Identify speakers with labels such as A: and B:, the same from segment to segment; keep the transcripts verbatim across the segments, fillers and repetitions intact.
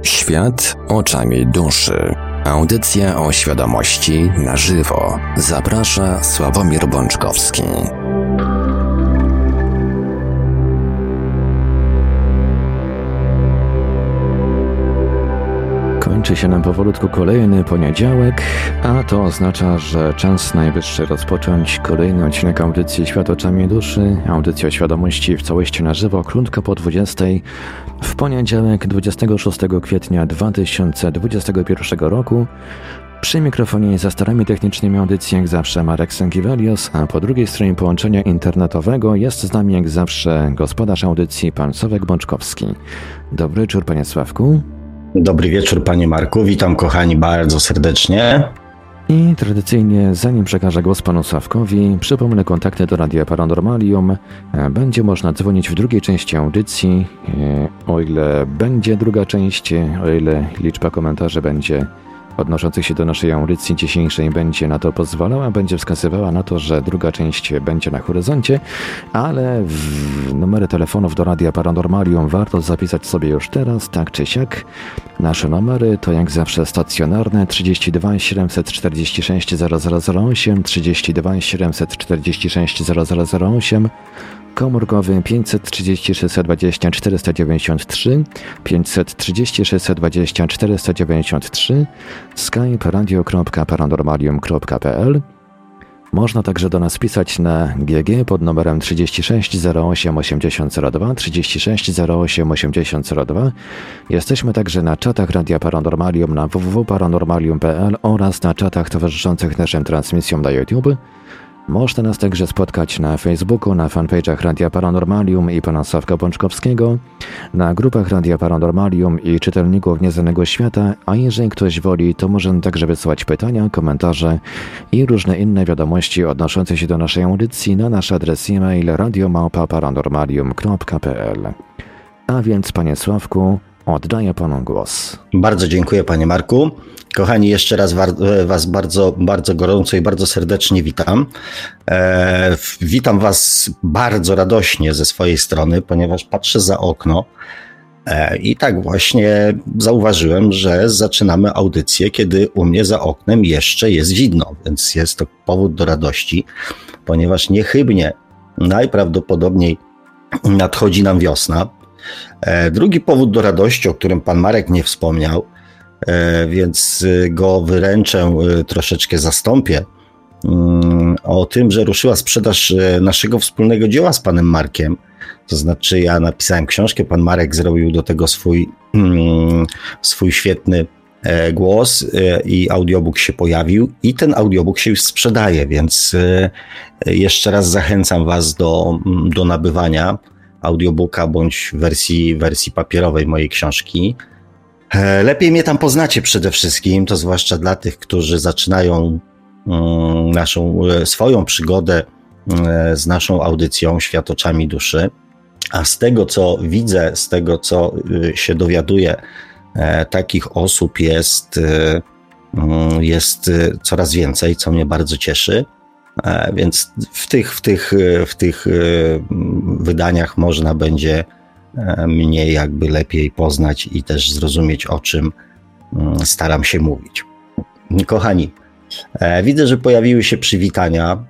A: Świat oczami duszy. Audycja o świadomości na żywo. Zaprasza Sławomir Bączkowski.
B: Kończy się nam powolutku kolejny poniedziałek, a to oznacza, że czas najwyższy rozpocząć kolejny odcinek audycji Świat oczami duszy, audycji o świadomości w całości na żywo, krótko po dwudziestej, w poniedziałek dwudziestego szóstego kwietnia dwa tysiące dwudziestego pierwszego roku. Przy mikrofonie za starami technicznymi audycji jak zawsze Marek Sękiewelios, a po drugiej stronie połączenia internetowego jest z nami jak zawsze gospodarz audycji pan Sławek Bączkowski. Dobry wieczór, panie Sławku.
C: Dobry wieczór, panie Marku. Witam kochani bardzo serdecznie.
B: I tradycyjnie, zanim przekażę głos panu Sławkowi, przypomnę kontakty do Radia Paranormalium. Będzie można dzwonić w drugiej części audycji, o ile będzie druga część, o ile liczba komentarzy będzie odnoszących się do naszej audycji dzisiejszej będzie na to pozwalała, będzie wskazywała na to, że druga część będzie na horyzoncie, ale w numery telefonów do Radia Paranormalium warto zapisać sobie już teraz, tak czy siak. Nasze numery to jak zawsze stacjonarne trzydzieści dwa siedemset czterdzieści sześć zero zero zero osiem, trzydzieści dwa siedemset czterdzieści sześć zero zero zero osiem, komórkowy pięćset trzydzieści sześć dwadzieścia czterysta dziewięćdziesiąt trzy, pięćset trzydzieści sześć dwadzieścia czterysta dziewięćdziesiąt trzy, skype radio kropka paranormalium kropka p l. Można także do nas pisać na G G pod numerem trzydzieści sześć zero osiem osiemdziesiąt zero dwa, trzydzieści sześć zero osiem osiemdziesiąt zero dwa. Jesteśmy także na czatach Radia Paranormalium na w w w kropka paranormalium kropka p l oraz na czatach towarzyszących naszym transmisjom na YouTube. Można nas także spotkać na Facebooku, na fanpage'ach Radia Paranormalium i pana Sławka Bączkowskiego, na grupach Radia Paranormalium i czytelników Nieznanego Świata, a jeżeli ktoś woli, to może także wysyłać pytania, komentarze i różne inne wiadomości odnoszące się do naszej audycji na nasz adres e-mail radio małpa paranormalium kropka p l. A więc, panie Sławku, oddaję panu głos.
C: Bardzo dziękuję, panie Marku. Kochani, jeszcze raz was bardzo, bardzo gorąco i bardzo serdecznie witam. E, witam was bardzo radośnie ze swojej strony, ponieważ patrzę za okno e, i tak właśnie zauważyłem, że zaczynamy audycję, kiedy u mnie za oknem jeszcze jest widno, więc jest to powód do radości, ponieważ niechybnie najprawdopodobniej nadchodzi nam wiosna. E, drugi powód do radości, o którym pan Marek nie wspomniał, więc go wyręczę, troszeczkę zastąpię, o tym, że ruszyła sprzedaż naszego wspólnego dzieła z panem Markiem. To znaczy ja napisałem książkę, pan Marek zrobił do tego swój, swój świetny głos i audiobook się pojawił i ten audiobook się już sprzedaje, więc jeszcze raz zachęcam was do, do nabywania audiobooka bądź wersji, wersji papierowej mojej książki. Lepiej mnie tam poznacie przede wszystkim, to zwłaszcza dla tych, którzy zaczynają naszą, swoją przygodę z naszą audycją Świat oczami duszy, a z tego, co widzę, z tego, co się dowiaduję, takich osób jest, jest coraz więcej, co mnie bardzo cieszy, więc w tych, w tych, w tych wydaniach można będzie mnie jakby lepiej poznać i też zrozumieć, o czym staram się mówić. Kochani, widzę, że pojawiły się przywitania.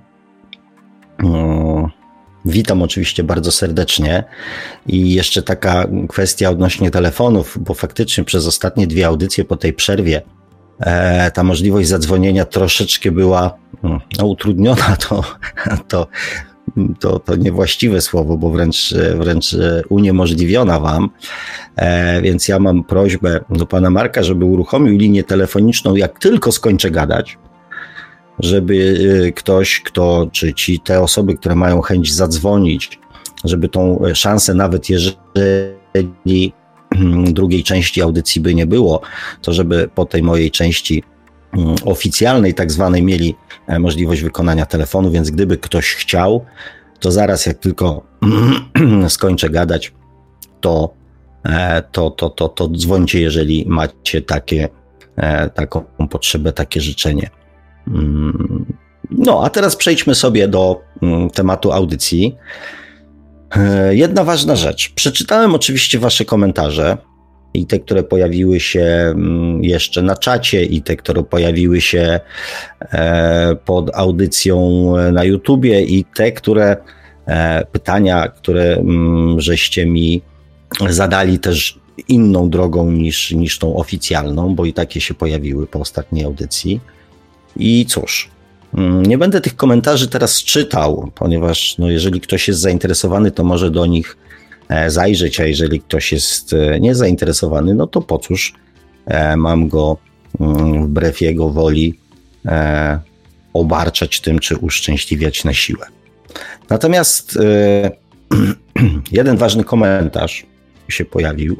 C: Witam oczywiście bardzo serdecznie i jeszcze taka kwestia odnośnie telefonów, bo faktycznie przez ostatnie dwie audycje po tej przerwie ta możliwość zadzwonienia troszeczkę była no, utrudniona, to, to To, to niewłaściwe słowo, bo wręcz, wręcz uniemożliwiona wam, e, więc ja mam prośbę do pana Marka, żeby uruchomił linię telefoniczną, jak tylko skończę gadać, żeby ktoś, kto, czy ci te osoby, które mają chęć zadzwonić, żeby tą szansę, nawet jeżeli drugiej części audycji by nie było, to żeby po tej mojej części oficjalnej tak zwanej mieli możliwość wykonania telefonu, więc gdyby ktoś chciał, to zaraz jak tylko skończę gadać, to, to, to, to, to dzwońcie, jeżeli macie takie, taką potrzebę, takie życzenie. No, a teraz przejdźmy sobie do tematu audycji. Jedna ważna rzecz. Przeczytałem oczywiście wasze komentarze i te, które pojawiły się jeszcze na czacie, i te, które pojawiły się pod audycją na YouTubie, i te, które pytania, które żeście mi zadali też inną drogą niż, niż tą oficjalną, bo i takie się pojawiły po ostatniej audycji. I cóż, nie będę tych komentarzy teraz czytał, ponieważ no, jeżeli ktoś jest zainteresowany, to może do nich zajrzeć, a jeżeli ktoś jest niezainteresowany, no to po cóż mam go wbrew jego woli obarczać tym, czy uszczęśliwiać na siłę. Natomiast jeden ważny komentarz się pojawił.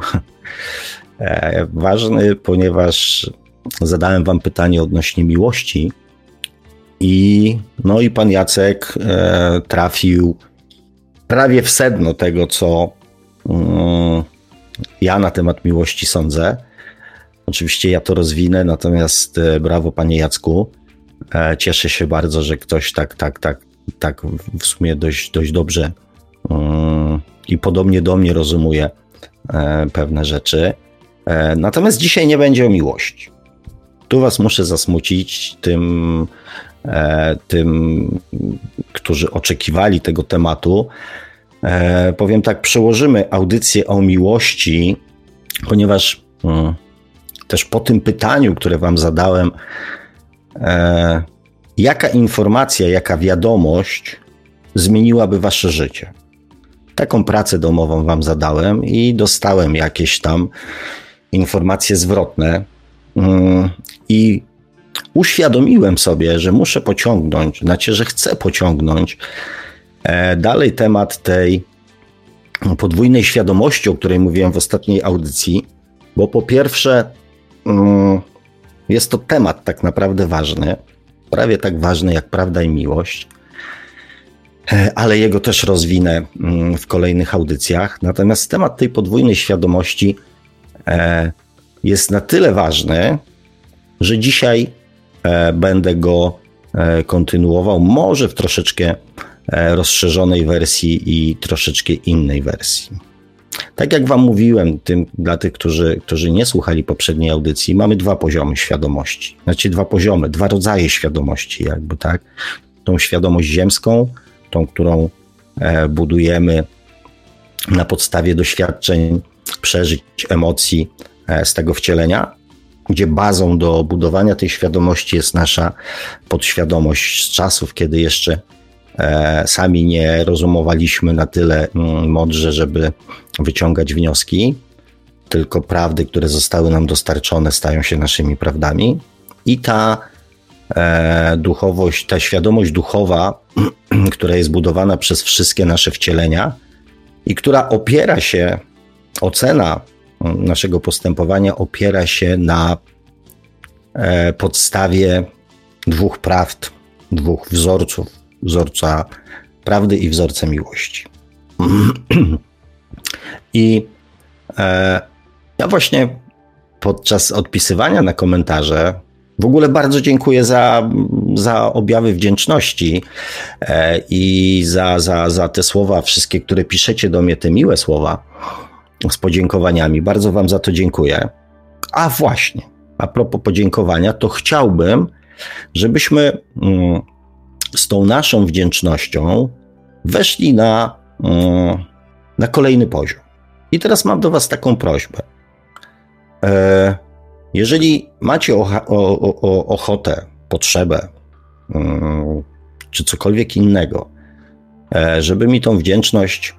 C: Ważny, ponieważ zadałem wam pytanie odnośnie miłości i no i pan Jacek trafił prawie w sedno tego, co ja na temat miłości sądzę. Oczywiście ja to rozwinę, natomiast brawo, panie Jacku. Cieszę się bardzo, że ktoś tak, tak, tak, tak w sumie dość, dość dobrze i podobnie do mnie rozumuje pewne rzeczy. Natomiast dzisiaj nie będzie o miłości. Tu was muszę zasmucić tym, tym, którzy oczekiwali tego tematu. Powiem tak, przełożymy audycję o miłości, ponieważ też po tym pytaniu, które wam zadałem, jaka informacja, jaka wiadomość zmieniłaby wasze życie? Taką pracę domową wam zadałem i dostałem jakieś tam informacje zwrotne i uświadomiłem sobie, że muszę pociągnąć, znaczy, że chcę pociągnąć dalej temat tej podwójnej świadomości, o której mówiłem w ostatniej audycji, bo po pierwsze jest to temat tak naprawdę ważny, prawie tak ważny jak prawda i miłość, ale jego też rozwinę w kolejnych audycjach. Natomiast temat tej podwójnej świadomości jest na tyle ważny, że dzisiaj będę go kontynuował, może w troszeczkę rozszerzonej wersji i troszeczkę innej wersji. Tak jak wam mówiłem, tym, dla tych, którzy, którzy nie słuchali poprzedniej audycji, mamy dwa poziomy świadomości. Znaczy dwa poziomy, dwa rodzaje świadomości jakby, tak? Tą świadomość ziemską, tą, którą budujemy na podstawie doświadczeń, przeżyć, emocji z tego wcielenia, gdzie bazą do budowania tej świadomości jest nasza podświadomość z czasów, kiedy jeszcze sami nie rozumowaliśmy na tyle mądrze, żeby wyciągać wnioski, tylko prawdy, które zostały nam dostarczone, stają się naszymi prawdami. I ta e, duchowość, ta świadomość duchowa, która jest budowana przez wszystkie nasze wcielenia i która opiera się, ocena naszego postępowania opiera się na e, podstawie dwóch prawd, dwóch wzorców, wzorca prawdy i wzorca miłości. I e, ja właśnie podczas odpisywania na komentarze w ogóle bardzo dziękuję za, za objawy wdzięczności e, i za, za, za te słowa wszystkie, które piszecie do mnie, te miłe słowa z podziękowaniami. Bardzo wam za to dziękuję. A właśnie, a propos podziękowania, to chciałbym, żebyśmy mm, z tą naszą wdzięcznością weszli na, mm, na kolejny poziom. I teraz mam do was taką prośbę. E, jeżeli macie ocha- o, o, ochotę, potrzebę, mm, czy cokolwiek innego, e, żeby mi tą wdzięczność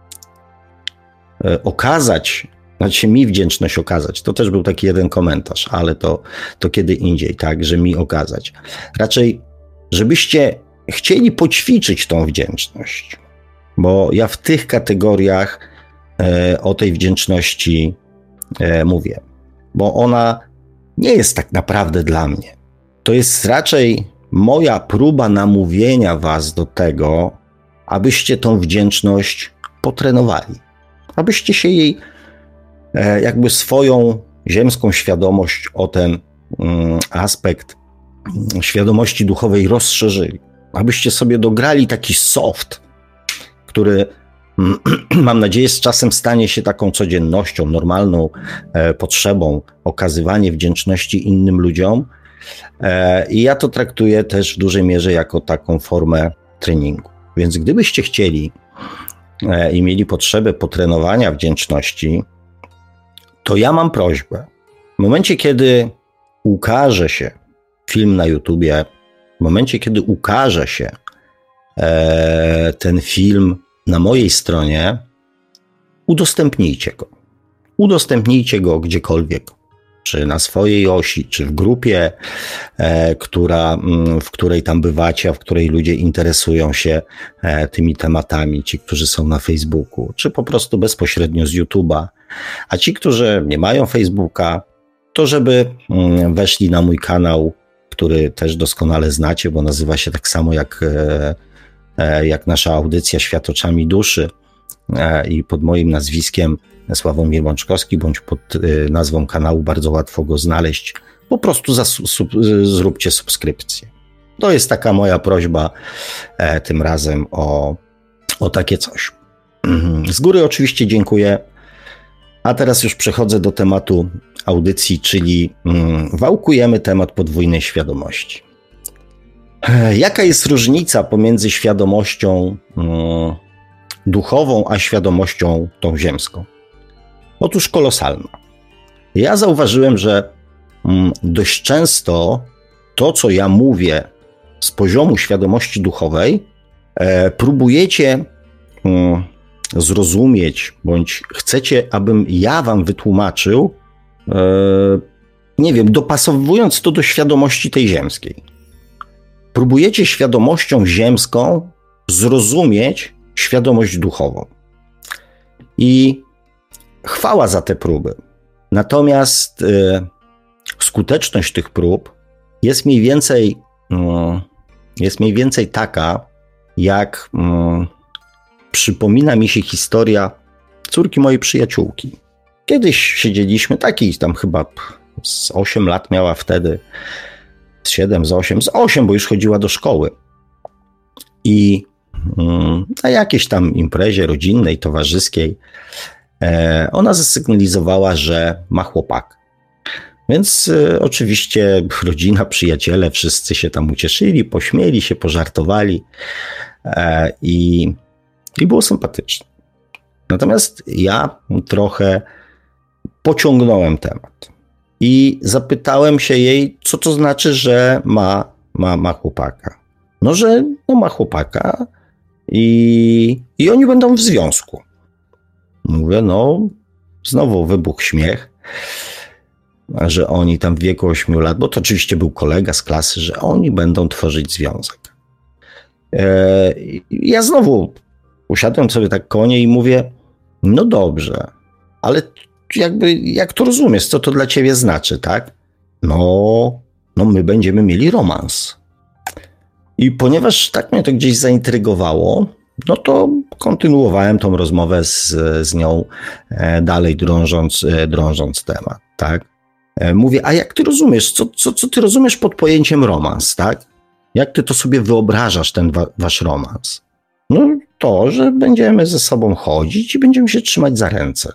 C: e, okazać, znaczy mi wdzięczność okazać, to też był taki jeden komentarz, ale to, to kiedy indziej, tak, że mi okazać. Raczej, żebyście chcieli poćwiczyć tą wdzięczność, bo ja w tych kategoriach e, o tej wdzięczności e, mówię, bo ona nie jest tak naprawdę dla mnie. To jest raczej moja próba namówienia was do tego, abyście tą wdzięczność potrenowali, abyście się jej e, jakby swoją ziemską świadomość o ten mm, aspekt mm, świadomości duchowej rozszerzyli, abyście sobie dograli taki soft, który mam nadzieję, z czasem stanie się taką codziennością, normalną e, potrzebą okazywanie wdzięczności innym ludziom. E, I ja to traktuję też w dużej mierze jako taką formę treningu. Więc gdybyście chcieli e, i mieli potrzebę potrenowania wdzięczności, to ja mam prośbę. W momencie, kiedy ukaże się film na YouTubie, w momencie, kiedy ukaże się e, ten film na mojej stronie, udostępnijcie go. Udostępnijcie go gdziekolwiek, czy na swojej osi, czy w grupie, e, która, w której tam bywacie, a w której ludzie interesują się e, tymi tematami, ci, którzy są na Facebooku, czy po prostu bezpośrednio z YouTube'a. A ci, którzy nie mają Facebooka, to żeby mm, weszli na mój kanał, który też doskonale znacie, bo nazywa się tak samo jak, e, jak nasza audycja Świat oczami duszy, e, i pod moim nazwiskiem Sławomir Bączkowski, bądź pod e, nazwą kanału, bardzo łatwo go znaleźć. Po prostu zas, sub, zróbcie subskrypcję. To jest taka moja prośba e, tym razem o, o takie coś. Z góry oczywiście dziękuję. A teraz już przechodzę do tematu audycji, czyli mm, wałkujemy temat podwójnej świadomości. Jaka jest różnica pomiędzy świadomością mm, duchową, a świadomością tą ziemską? Otóż kolosalna. Ja zauważyłem, że mm, dość często to, co ja mówię z poziomu świadomości duchowej, e, próbujecie mm, zrozumieć, bądź chcecie, abym ja wam wytłumaczył, e, nie wiem, dopasowując to do świadomości tej ziemskiej. Próbujecie świadomością ziemską zrozumieć świadomość duchową. I chwała za te próby. Natomiast e, skuteczność tych prób jest mniej więcej, e, jest mniej więcej taka, jak e, przypomina mi się historia córki mojej przyjaciółki. Kiedyś siedzieliśmy, takiej tam chyba z osiem lat miała wtedy, z siedem, z osiem, z osiem, bo już chodziła do szkoły. I na jakiejś tam imprezie rodzinnej, towarzyskiej ona zasygnalizowała, że ma chłopaka. Więc oczywiście rodzina, przyjaciele, wszyscy się tam ucieszyli, pośmieli się, pożartowali i I było sympatycznie. Natomiast ja trochę pociągnąłem temat i zapytałem się jej, co to znaczy, że ma, ma, ma chłopaka. No, że no, ma chłopaka i, i oni będą w związku. Mówię, no, znowu wybuchł śmiech, że oni tam w wieku ośmiu lat, bo to oczywiście był kolega z klasy, że oni będą tworzyć związek. E, ja znowu usiadłem sobie tak koło niej i mówię, no dobrze, ale jakby, jak to rozumiesz, co to dla ciebie znaczy, tak? No, no my będziemy mieli romans. I ponieważ tak mnie to gdzieś zaintrygowało, no to kontynuowałem tą rozmowę z, z nią dalej, drążąc, drążąc temat, tak? Mówię, a jak ty rozumiesz, co, co, co ty rozumiesz pod pojęciem romans, tak? Jak ty to sobie wyobrażasz, ten wa- wasz romans? No to, że będziemy ze sobą chodzić i będziemy się trzymać za ręce.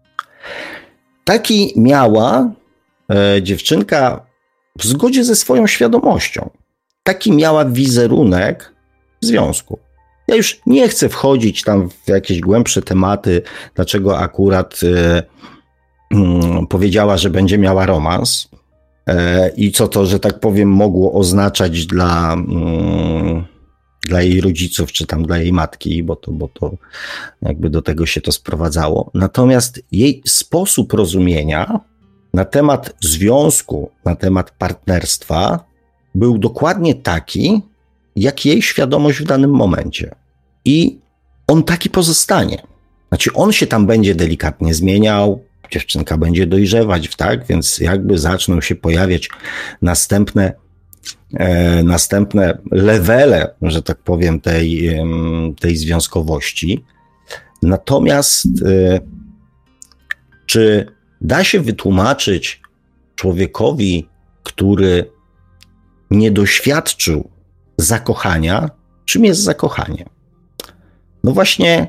C: Taki miała e, dziewczynka w zgodzie ze swoją świadomością. Taki miała wizerunek w związku. Ja już nie chcę wchodzić tam w jakieś głębsze tematy, dlaczego akurat e, mm, powiedziała, że będzie miała romans e, i co to, że tak powiem, mogło oznaczać dla... Mm, dla jej rodziców, czy tam dla jej matki, bo to, bo to jakby do tego się to sprowadzało. Natomiast jej sposób rozumienia na temat związku, na temat partnerstwa był dokładnie taki, jak jej świadomość w danym momencie. I on taki pozostanie. Znaczy on się tam będzie delikatnie zmieniał, dziewczynka będzie dojrzewać, tak? Więc jakby zaczną się pojawiać następne E, następne levele, że tak powiem, tej, tej związkowości. Natomiast e, czy da się wytłumaczyć człowiekowi, który nie doświadczył zakochania, czym jest zakochanie? No właśnie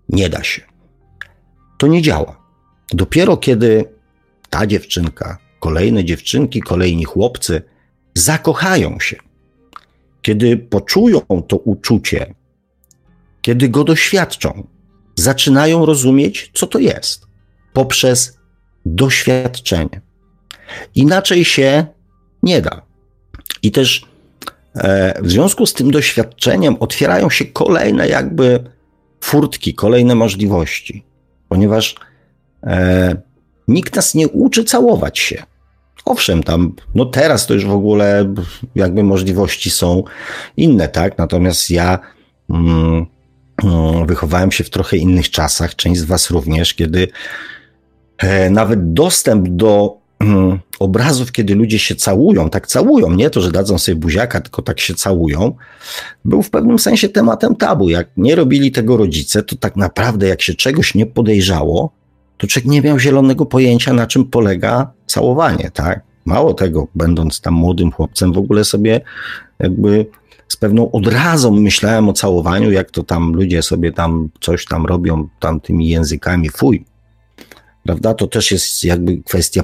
C: Nie da się. To nie działa. Dopiero kiedy ta dziewczynka, kolejne dziewczynki, kolejni chłopcy zakochają się, kiedy poczują to uczucie, kiedy go doświadczą, zaczynają rozumieć, co to jest, poprzez doświadczenie. Inaczej się nie da. I też e, w związku z tym doświadczeniem otwierają się kolejne jakby furtki, kolejne możliwości, ponieważ e, nikt nas nie uczy całować się. Owszem, tam, no teraz to już w ogóle jakby możliwości są inne, tak? Natomiast ja mm, mm, wychowałem się w trochę innych czasach, część z was również, kiedy e, nawet dostęp do mm, obrazów, kiedy ludzie się całują, tak całują, nie to, że dadzą sobie buziaka, tylko tak się całują, był w pewnym sensie tematem tabu. Jak nie robili tego rodzice, to tak naprawdę jak się czegoś nie podejrzało, to człowiek nie miał zielonego pojęcia, na czym polega całowanie, tak? Mało tego, będąc tam młodym chłopcem, w ogóle sobie jakby z pewną odrazą myślałem o całowaniu, jak to tam ludzie sobie tam coś tam robią tam tymi językami, fuj. Prawda? To też jest jakby kwestia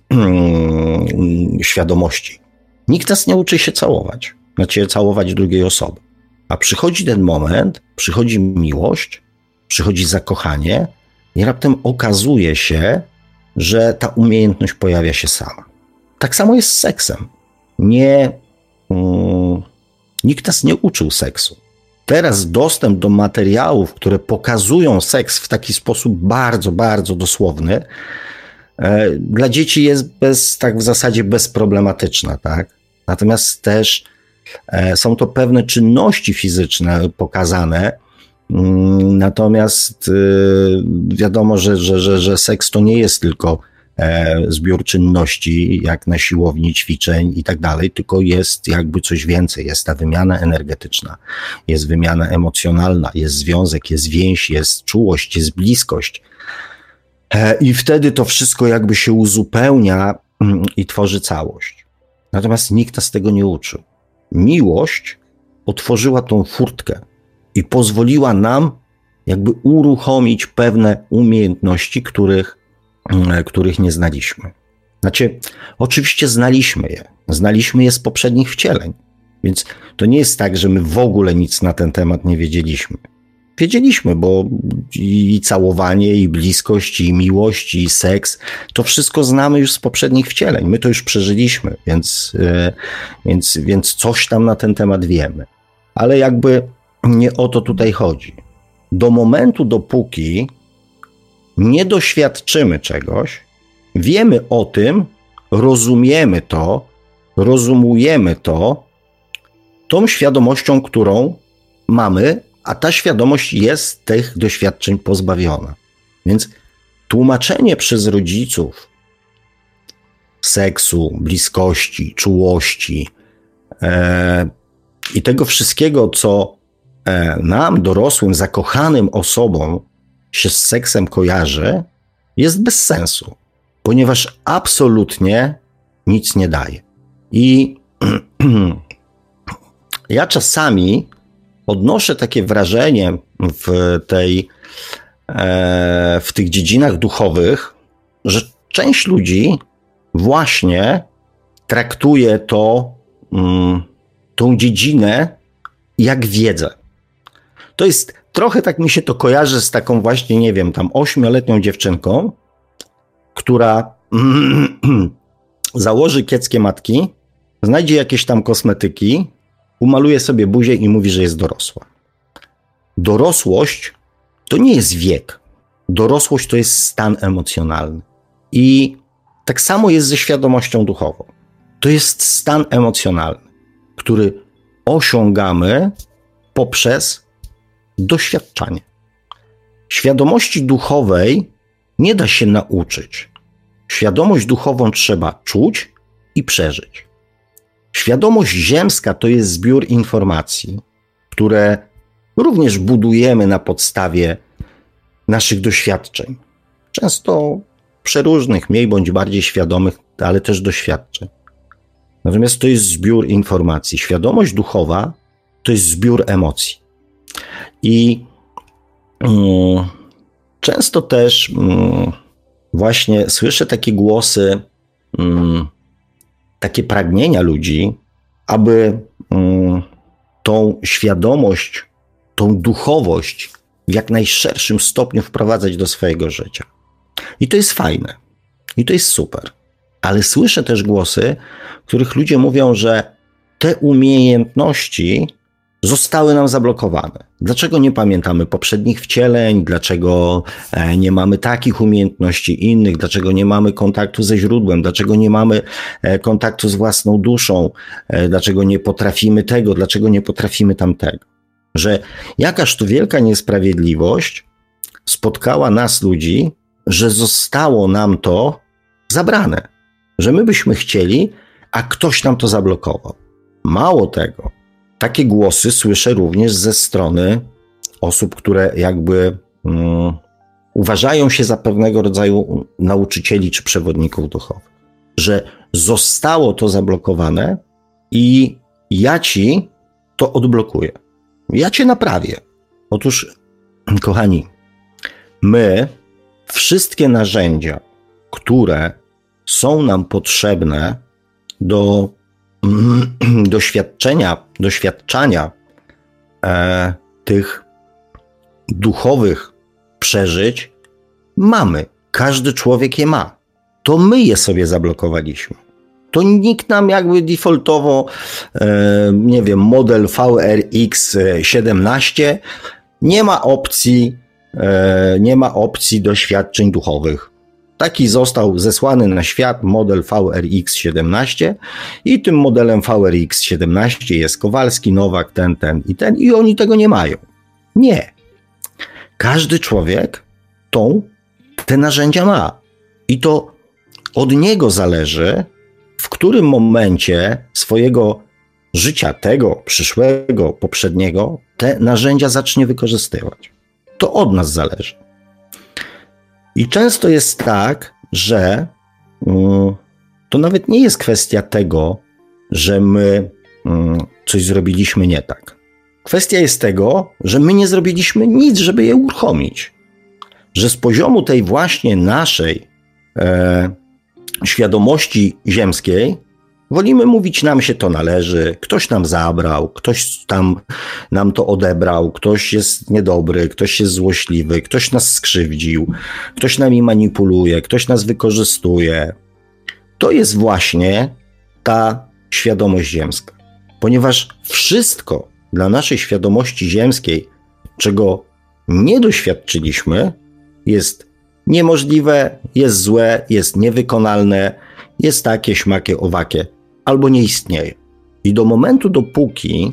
C: świadomości. Nikt nas nie uczy się całować, znaczy całować drugiej osoby. A przychodzi ten moment, przychodzi miłość, przychodzi zakochanie, i raptem okazuje się, że ta umiejętność pojawia się sama. Tak samo jest z seksem. Nie, um, nikt nas nie uczył seksu. Teraz dostęp do materiałów, które pokazują seks w taki sposób bardzo, bardzo dosłowny, e, dla dzieci jest bez, tak w zasadzie bezproblematyczna, tak? Natomiast też e, są to pewne czynności fizyczne pokazane. Natomiast wiadomo, że, że, że, że seks to nie jest tylko zbiór czynności, jak na siłowni, ćwiczeń i tak dalej, tylko jest jakby coś więcej. Jest ta wymiana energetyczna, jest wymiana emocjonalna, jest związek, jest więź, jest czułość, jest bliskość. I wtedy to wszystko jakby się uzupełnia i tworzy całość. Natomiast nikt nas tego nie uczył. Miłość otworzyła tą furtkę i pozwoliła nam jakby uruchomić pewne umiejętności, których, których nie znaliśmy. Znaczy, oczywiście znaliśmy je. Znaliśmy je z poprzednich wcieleń. Więc to nie jest tak, że my w ogóle nic na ten temat nie wiedzieliśmy. Wiedzieliśmy, bo i całowanie, i bliskość, i miłość, i seks, to wszystko znamy już z poprzednich wcieleń. My to już przeżyliśmy, więc, więc, więc coś tam na ten temat wiemy. Ale jakby nie o to tutaj chodzi. Do momentu, dopóki nie doświadczymy czegoś, wiemy o tym, rozumiemy to, rozumujemy to, tą świadomością, którą mamy, a ta świadomość jest tych doświadczeń pozbawiona. Więc tłumaczenie przez rodziców seksu, bliskości, czułości e, i tego wszystkiego, co e, nam, dorosłym, zakochanym osobom się z seksem kojarzy, jest bez sensu, ponieważ absolutnie nic nie daje. I ja czasami odnoszę takie wrażenie w tej, e, w tych dziedzinach duchowych, że część ludzi właśnie traktuje to, mm, tą dziedzinę jak wiedzę. To jest trochę tak mi się to kojarzy z taką właśnie, nie wiem, tam ośmioletnią dziewczynką, która założy kieckie matki, znajdzie jakieś tam kosmetyki, umaluje sobie buzię i mówi, że jest dorosła. Dorosłość to nie jest wiek. Dorosłość to jest stan emocjonalny. I tak samo jest ze świadomością duchową. To jest stan emocjonalny, który osiągamy poprzez doświadczanie. Świadomości duchowej nie da się nauczyć. Świadomość duchową trzeba czuć i przeżyć. Świadomość ziemska to jest zbiór informacji, które również budujemy na podstawie naszych doświadczeń. Często przeróżnych, mniej bądź bardziej świadomych, ale też doświadczeń. Natomiast to jest zbiór informacji. Świadomość duchowa to jest zbiór emocji. I yy, często też mm, właśnie słyszę takie głosy, mm, takie pragnienia ludzi, aby mm, tą świadomość, tą duchowość w jak najszerszym stopniu wprowadzać do swojego życia. I to jest fajne. I to jest super. Ale słyszę też głosy, w których ludzie mówią, że te umiejętności zostały nam zablokowane. Dlaczego nie pamiętamy poprzednich wcieleń? Dlaczego nie mamy takich umiejętności innych? Dlaczego nie mamy kontaktu ze źródłem? Dlaczego nie mamy kontaktu z własną duszą? Dlaczego nie potrafimy tego? Dlaczego nie potrafimy tamtego? Że jakaż tu wielka niesprawiedliwość spotkała nas ludzi, że zostało nam to zabrane. Że my byśmy chcieli, a ktoś nam to zablokował. Mało tego, takie głosy słyszę również ze strony osób, które jakby um, uważają się za pewnego rodzaju nauczycieli czy przewodników duchowych. Że zostało to zablokowane i ja ci to odblokuję. Ja cię naprawię. Otóż, kochani, my wszystkie narzędzia, które są nam potrzebne do mm, doświadczenia, doświadczania e, tych duchowych przeżyć, mamy. Każdy człowiek je ma. To my je sobie zablokowaliśmy. To nikt nam jakby defaultowo, e, nie wiem, model V R X siedemnaście nie ma opcji, e, nie ma opcji doświadczeń duchowych. Taki został zesłany na świat model V R X siedemnaście i tym modelem V R X siedemnaście jest Kowalski, Nowak, ten, ten i ten i oni tego nie mają. Nie. Każdy człowiek tą, te narzędzia ma i to od niego zależy, w którym momencie swojego życia, tego przyszłego, poprzedniego, te narzędzia zacznie wykorzystywać. To od nas zależy. I często jest tak, że um, to nawet nie jest kwestia tego, że my um, coś zrobiliśmy nie tak. Kwestia jest tego, że my nie zrobiliśmy nic, żeby je uruchomić. Że z poziomu tej właśnie naszej e, świadomości ziemskiej wolimy mówić, nam się to należy, ktoś nam zabrał, ktoś tam nam to odebrał, ktoś jest niedobry, ktoś jest złośliwy, ktoś nas skrzywdził, ktoś nami manipuluje, ktoś nas wykorzystuje. To jest właśnie ta świadomość ziemska. Ponieważ wszystko dla naszej świadomości ziemskiej, czego nie doświadczyliśmy, jest niemożliwe, jest złe, jest niewykonalne, jest takie, śmakie, owakie, albo nie istnieje. I do momentu, dopóki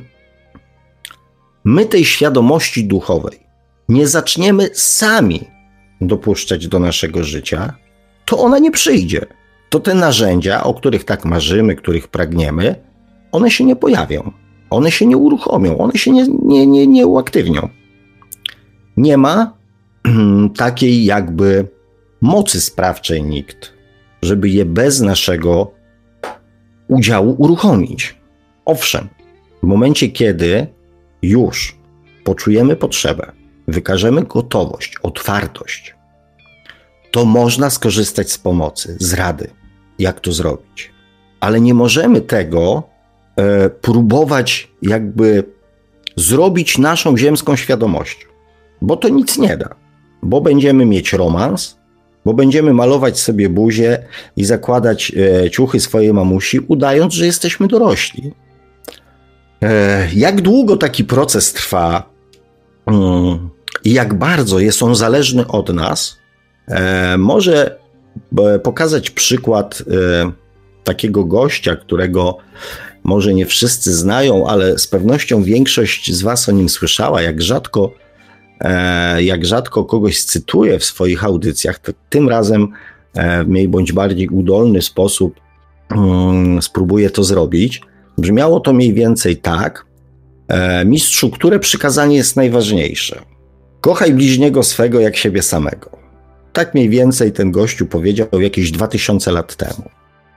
C: my tej świadomości duchowej nie zaczniemy sami dopuszczać do naszego życia, to ona nie przyjdzie. To te narzędzia, o których tak marzymy, których pragniemy, one się nie pojawią. One się nie uruchomią, one się nie, nie, nie, nie uaktywnią. Nie ma takiej jakby mocy sprawczej nikt, żeby je bez naszego udziału uruchomić. Owszem, w momencie, kiedy już poczujemy potrzebę, wykażemy gotowość, otwartość, to można skorzystać z pomocy, z rady, jak to zrobić. Ale nie możemy tego e, próbować jakby zrobić naszą ziemską świadomością, bo to nic nie da, bo będziemy mieć romans, bo będziemy malować sobie buzię i zakładać e, ciuchy swojej mamusi, udając, że jesteśmy dorośli. E, jak długo taki proces trwa mm, i jak bardzo jest on zależny od nas, e, może e, pokazać przykład e, takiego gościa, którego może nie wszyscy znają, ale z pewnością większość z was o nim słyszała, jak rzadko jak rzadko kogoś cytuję w swoich audycjach, to tym razem w mniej bądź bardziej udolny sposób um, spróbuję to zrobić. Brzmiało to mniej więcej tak: mistrzu, które przykazanie jest najważniejsze? Kochaj bliźniego swego jak siebie samego. Tak mniej więcej ten gościu powiedział jakieś dwa tysiące lat temu.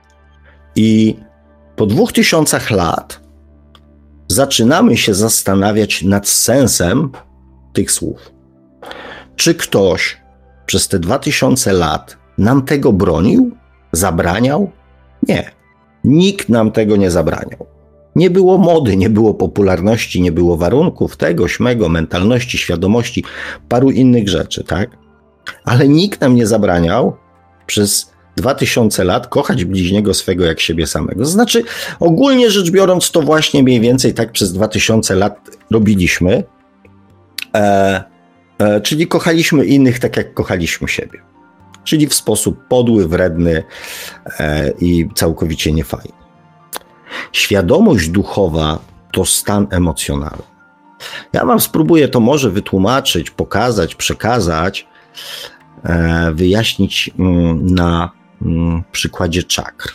C: I po dwóch tysiącach lat zaczynamy się zastanawiać nad sensem tych słów. Czy ktoś przez te dwa tysiące lat nam tego bronił? Zabraniał? Nie. Nikt nam tego nie zabraniał. Nie było mody, nie było popularności, nie było warunków tego, śmego, mentalności, świadomości, paru innych rzeczy, tak? Ale nikt nam nie zabraniał przez dwa tysiące lat kochać bliźniego swego jak siebie samego. Znaczy, ogólnie rzecz biorąc, to właśnie mniej więcej tak przez dwa tysiące lat robiliśmy, e, e, czyli kochaliśmy innych tak, jak kochaliśmy siebie. Czyli w sposób podły, wredny e, i całkowicie niefajny. Świadomość duchowa to stan emocjonalny. Ja wam spróbuję to może wytłumaczyć, pokazać, przekazać, e, wyjaśnić mm, na mm, przykładzie czakr.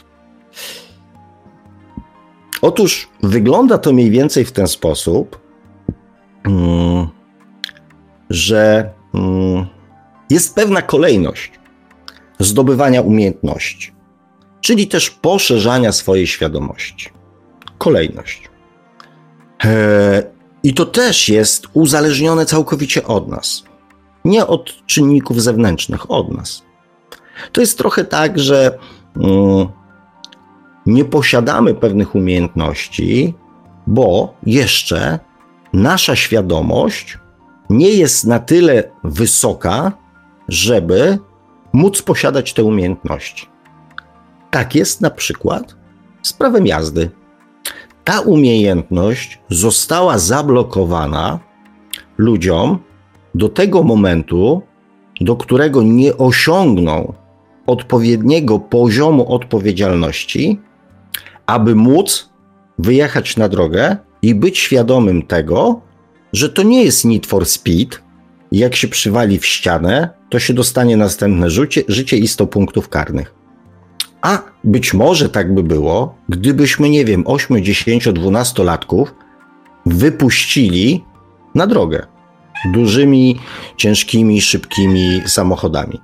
C: Otóż wygląda to mniej więcej w ten sposób, mm, że mm, jest pewna kolejność zdobywania umiejętności, czyli też poszerzania swojej świadomości. Kolejność. Eee, I to też jest uzależnione całkowicie od nas. Nie od czynników zewnętrznych, od nas. To jest trochę tak, że mm, nie posiadamy pewnych umiejętności, bo jeszcze nasza świadomość nie jest na tyle wysoka, żeby móc posiadać te umiejętności. Tak jest na przykład z prawem jazdy. Ta umiejętność została zablokowana ludziom do tego momentu, do którego nie osiągną odpowiedniego poziomu odpowiedzialności, aby móc wyjechać na drogę i być świadomym tego, że to nie jest Need for Speed. Jak się przywali w ścianę, to się dostanie następne życie, życie i sto punktów karnych. A być może tak by było, gdybyśmy, nie wiem, osiem, dziesięć, dwunastolatków wypuścili na drogę dużymi, ciężkimi, szybkimi samochodami.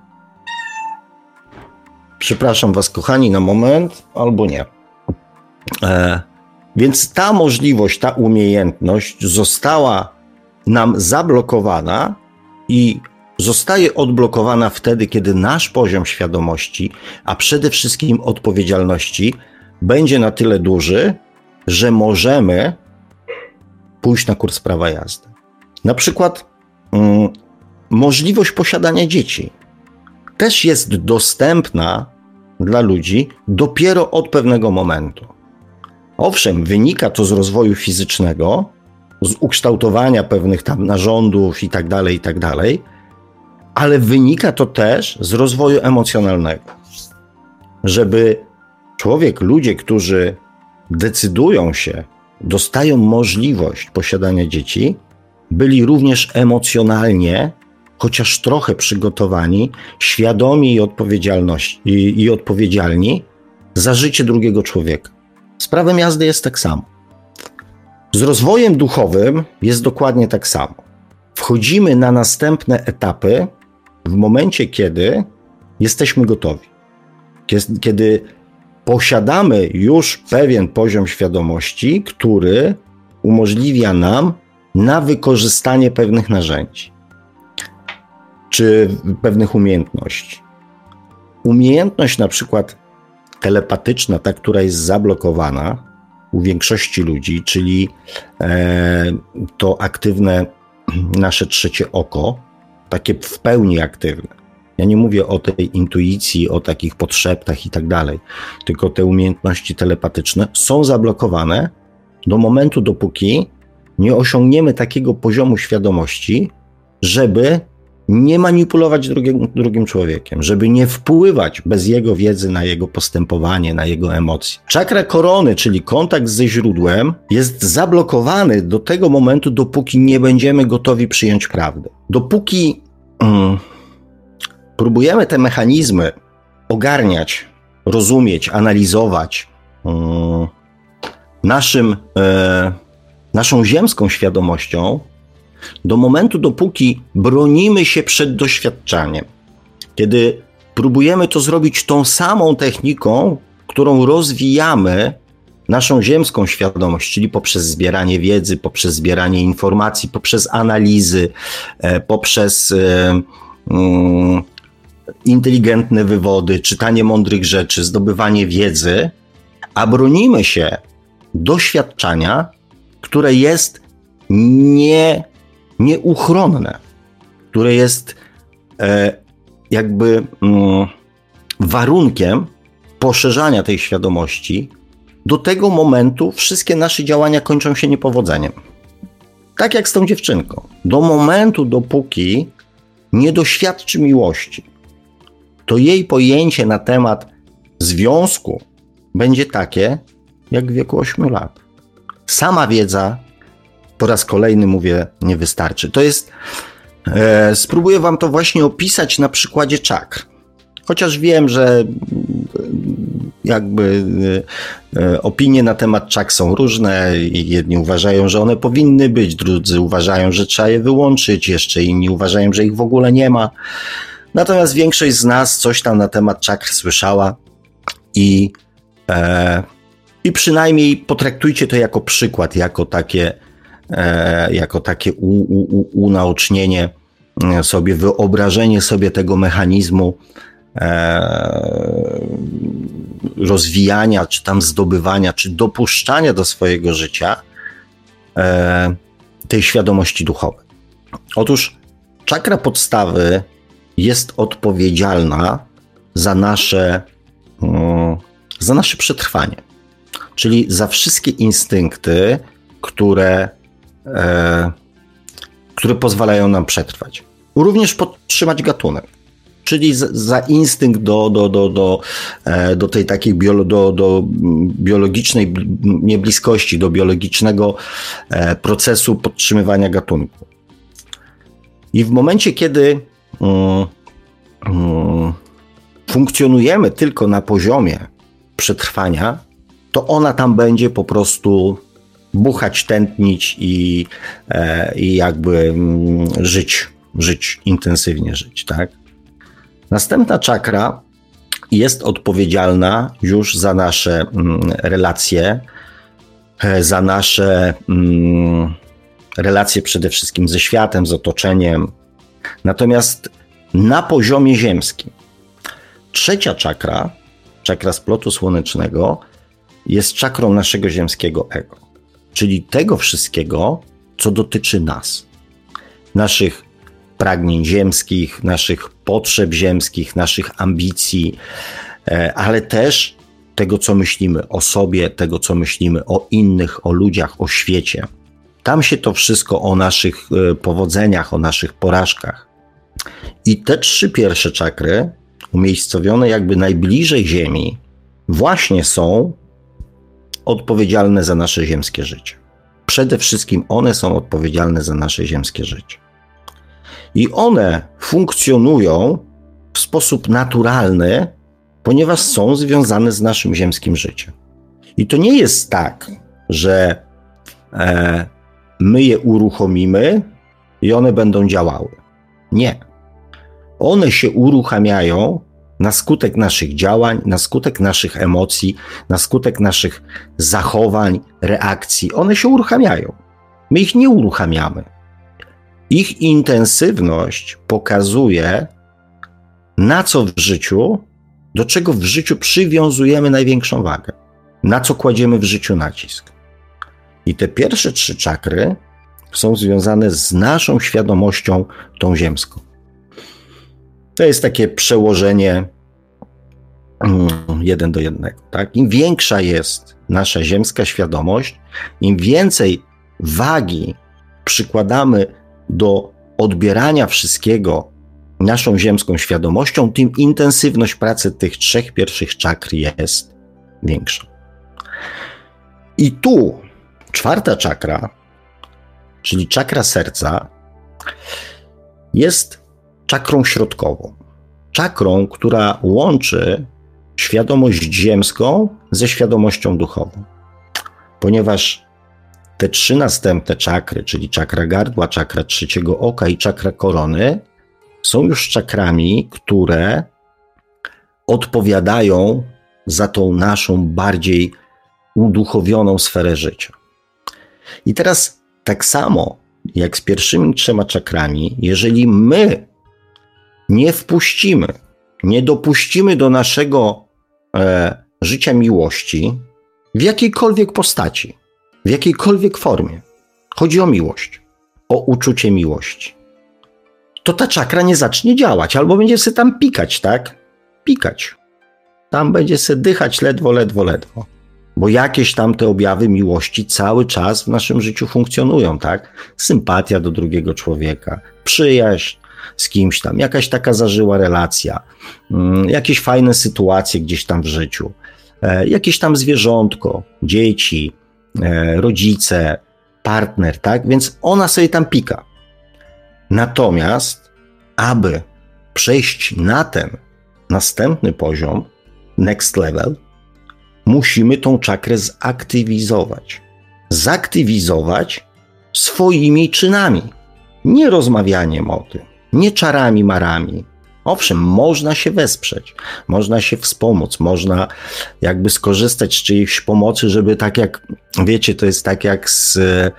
C: Przepraszam was, kochani, na moment, albo nie. E, więc ta możliwość, ta umiejętność została nam zablokowana i zostaje odblokowana wtedy, kiedy nasz poziom świadomości, a przede wszystkim odpowiedzialności, będzie na tyle duży, że możemy pójść na kurs prawa jazdy. Na przykład mm, możliwość posiadania dzieci też jest dostępna dla ludzi dopiero od pewnego momentu. Owszem, wynika to z rozwoju fizycznego, z ukształtowania pewnych tam narządów i tak dalej, i tak dalej, ale wynika to też z rozwoju emocjonalnego. Żeby człowiek, ludzie, którzy decydują się, dostają możliwość posiadania dzieci, byli również emocjonalnie, chociaż trochę przygotowani, świadomi i, odpowiedzialności, i, i odpowiedzialni za życie drugiego człowieka. Z prawem jazdy jest tak samo. Z rozwojem duchowym jest dokładnie tak samo. Wchodzimy na następne etapy w momencie, kiedy jesteśmy gotowi. Kiedy posiadamy już pewien poziom świadomości, który umożliwia nam na wykorzystanie pewnych narzędzi czy pewnych umiejętności. Umiejętność na przykład telepatyczna, ta, która jest zablokowana u większości ludzi, czyli e, to aktywne nasze trzecie oko, takie w pełni aktywne. Ja nie mówię o tej intuicji, o takich podszeptach i tak dalej, tylko te umiejętności telepatyczne są zablokowane do momentu, dopóki nie osiągniemy takiego poziomu świadomości, żeby nie manipulować drugim, drugim człowiekiem, żeby nie wpływać bez jego wiedzy na jego postępowanie, na jego emocje. Czakra korony, czyli kontakt ze źródłem, jest zablokowany do tego momentu, dopóki nie będziemy gotowi przyjąć prawdę. Dopóki mm, próbujemy te mechanizmy ogarniać, rozumieć, analizować mm, naszym, e, naszą ziemską świadomością, do momentu, dopóki bronimy się przed doświadczaniem, kiedy próbujemy to zrobić tą samą techniką, którą rozwijamy naszą ziemską świadomość, czyli poprzez zbieranie wiedzy, poprzez zbieranie informacji, poprzez analizy, poprzez inteligentne wywody, czytanie mądrych rzeczy, zdobywanie wiedzy, a bronimy się doświadczenia, które jest nie, nieuchronne, które jest e, jakby mm, warunkiem poszerzania tej świadomości. Do tego momentu wszystkie nasze działania kończą się niepowodzeniem. Tak jak z tą dziewczynką. Do momentu, dopóki nie doświadczy miłości, to jej pojęcie na temat związku będzie takie, jak w wieku ośmiu lat. Sama wiedza, po raz kolejny mówię, nie wystarczy. To jest, e, spróbuję wam to właśnie opisać na przykładzie czakr. Chociaż wiem, że jakby e, opinie na temat czakr są różne i jedni uważają, że one powinny być, drudzy uważają, że trzeba je wyłączyć, jeszcze inni uważają, że ich w ogóle nie ma. Natomiast większość z nas coś tam na temat czakr słyszała i, e, i przynajmniej potraktujcie to jako przykład, jako takie, e, jako takie u, u, u, unaocznienie sobie, wyobrażenie sobie tego mechanizmu e, rozwijania, czy tam zdobywania, czy dopuszczania do swojego życia e, tej świadomości duchowej. Otóż czakra podstawy jest odpowiedzialna za nasze, za nasze przetrwanie. Czyli za wszystkie instynkty, które, e, które pozwalają nam przetrwać. Również podtrzymać gatunek. Czyli za, za instynkt do, do, do, do, e, do tej takiej biolo, do, do biologicznej niebliskości, do biologicznego e, procesu podtrzymywania gatunku. I w momencie, kiedy um, um, funkcjonujemy tylko na poziomie przetrwania, to ona tam będzie po prostu buchać, tętnić i, e, i jakby mm, żyć, żyć, intensywnie żyć, tak? Następna czakra jest odpowiedzialna już za nasze mm, relacje, e, za nasze mm, relacje przede wszystkim ze światem, z otoczeniem. Natomiast na poziomie ziemskim. Trzecia czakra, czakra splotu słonecznego, jest czakrą naszego ziemskiego ego. Czyli tego wszystkiego, co dotyczy nas. Naszych pragnień ziemskich, naszych potrzeb ziemskich, naszych ambicji, ale też tego, co myślimy o sobie, tego, co myślimy o innych, o ludziach, o świecie. Tam się to wszystko o naszych powodzeniach, o naszych porażkach. I te trzy pierwsze czakry, umiejscowione jakby najbliżej Ziemi, właśnie są odpowiedzialne za nasze ziemskie życie. Przede wszystkim one są odpowiedzialne za nasze ziemskie życie. I one funkcjonują w sposób naturalny, ponieważ są związane z naszym ziemskim życiem. I to nie jest tak, że e, my je uruchomimy i one będą działały. Nie. One się uruchamiają na skutek naszych działań, na skutek naszych emocji, na skutek naszych zachowań, reakcji. One się uruchamiają. My ich nie uruchamiamy. Ich intensywność pokazuje, na co w życiu, do czego w życiu przywiązujemy największą wagę, na co kładziemy w życiu nacisk. I te pierwsze trzy czakry są związane z naszą świadomością, tą ziemską. To jest takie przełożenie jeden do jednego. Tak? Im większa jest nasza ziemska świadomość, im więcej wagi przykładamy do odbierania wszystkiego naszą ziemską świadomością, tym intensywność pracy tych trzech pierwszych czakr jest większa. I tu czwarta czakra, czyli czakra serca, jest czakrą środkową. Czakrą, która łączy świadomość ziemską ze świadomością duchową. Ponieważ te trzy następne czakry, czyli czakra gardła, czakra trzeciego oka i czakra korony, są już czakrami, które odpowiadają za tą naszą bardziej uduchowioną sferę życia. I teraz tak samo jak z pierwszymi trzema czakrami, jeżeli my nie wpuścimy nie dopuścimy do naszego e, życia miłości w jakiejkolwiek postaci, w jakiejkolwiek formie, chodzi o miłość, o uczucie miłości, to ta czakra nie zacznie działać, albo będzie sobie tam pikać, tak? Pikać. Tam będzie sobie dychać ledwo, ledwo, ledwo. Bo jakieś tam te objawy miłości cały czas w naszym życiu funkcjonują, tak? Sympatia do drugiego człowieka, przyjaźń z kimś tam, jakaś taka zażyła relacja, mm, jakieś fajne sytuacje gdzieś tam w życiu, e, jakieś tam zwierzątko, dzieci, e, rodzice, partner, tak? Więc ona sobie tam pika. Natomiast, aby przejść na ten następny poziom, next level, musimy tą czakrę zaktywizować. Zaktywizować swoimi czynami. Nie rozmawianiem o tym, nie czarami, marami. Owszem, można się wesprzeć, można się wspomóc, można jakby skorzystać z czyjejś pomocy, żeby tak jak, wiecie, to jest tak jak z,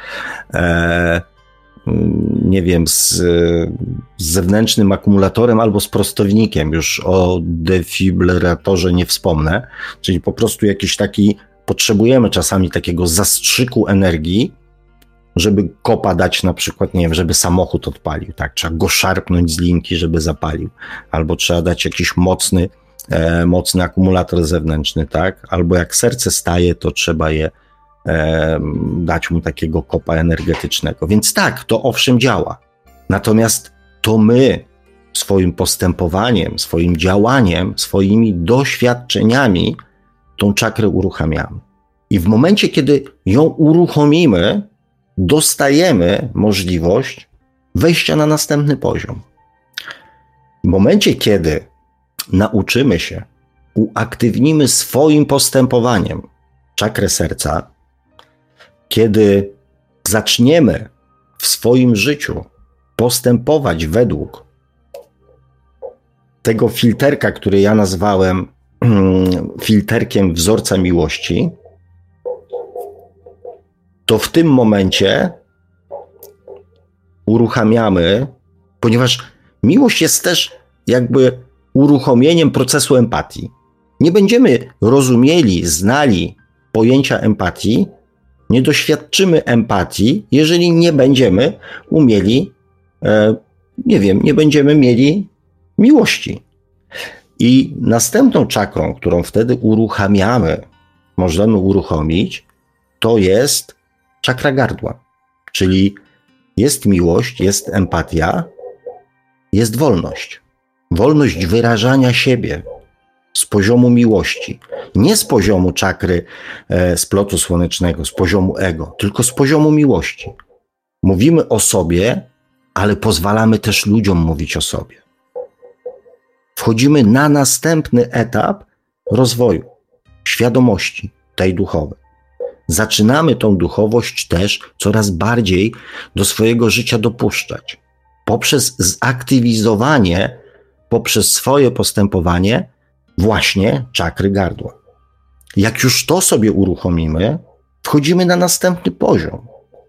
C: e, nie wiem, z, z zewnętrznym akumulatorem albo z prostownikiem, już o defibrylatorze nie wspomnę, czyli po prostu jakiś taki, potrzebujemy czasami takiego zastrzyku energii, żeby kopa dać na przykład, nie wiem, żeby samochód odpalił, tak, trzeba go szarpnąć z linki, żeby zapalił, albo trzeba dać jakiś mocny, e, mocny akumulator zewnętrzny, tak, albo jak serce staje, to trzeba je e, dać mu takiego kopa energetycznego, więc tak, to owszem działa, natomiast to my swoim postępowaniem, swoim działaniem, swoimi doświadczeniami tą czakrę uruchamiamy i w momencie, kiedy ją uruchomimy, dostajemy możliwość wejścia na następny poziom. W momencie, kiedy nauczymy się, uaktywnimy swoim postępowaniem czakrę serca, kiedy zaczniemy w swoim życiu postępować według tego filterka, który ja nazwałem filterkiem wzorca miłości, to w tym momencie uruchamiamy, ponieważ miłość jest też jakby uruchomieniem procesu empatii. Nie będziemy rozumieli, znali pojęcia empatii, nie doświadczymy empatii, jeżeli nie będziemy umieli, e, nie wiem, nie będziemy mieli miłości. I następną czakrą, którą wtedy uruchamiamy, możemy uruchomić, to jest czakra gardła, czyli jest miłość, jest empatia, jest wolność. Wolność wyrażania siebie z poziomu miłości. Nie z poziomu czakry e, splotu słonecznego, z poziomu ego, tylko z poziomu miłości. Mówimy o sobie, ale pozwalamy też ludziom mówić o sobie. Wchodzimy na następny etap rozwoju świadomości tej duchowej. Zaczynamy tą duchowość też coraz bardziej do swojego życia dopuszczać. Poprzez zaktywizowanie, poprzez swoje postępowanie właśnie czakry gardła. Jak już to sobie uruchomimy, wchodzimy na następny poziom.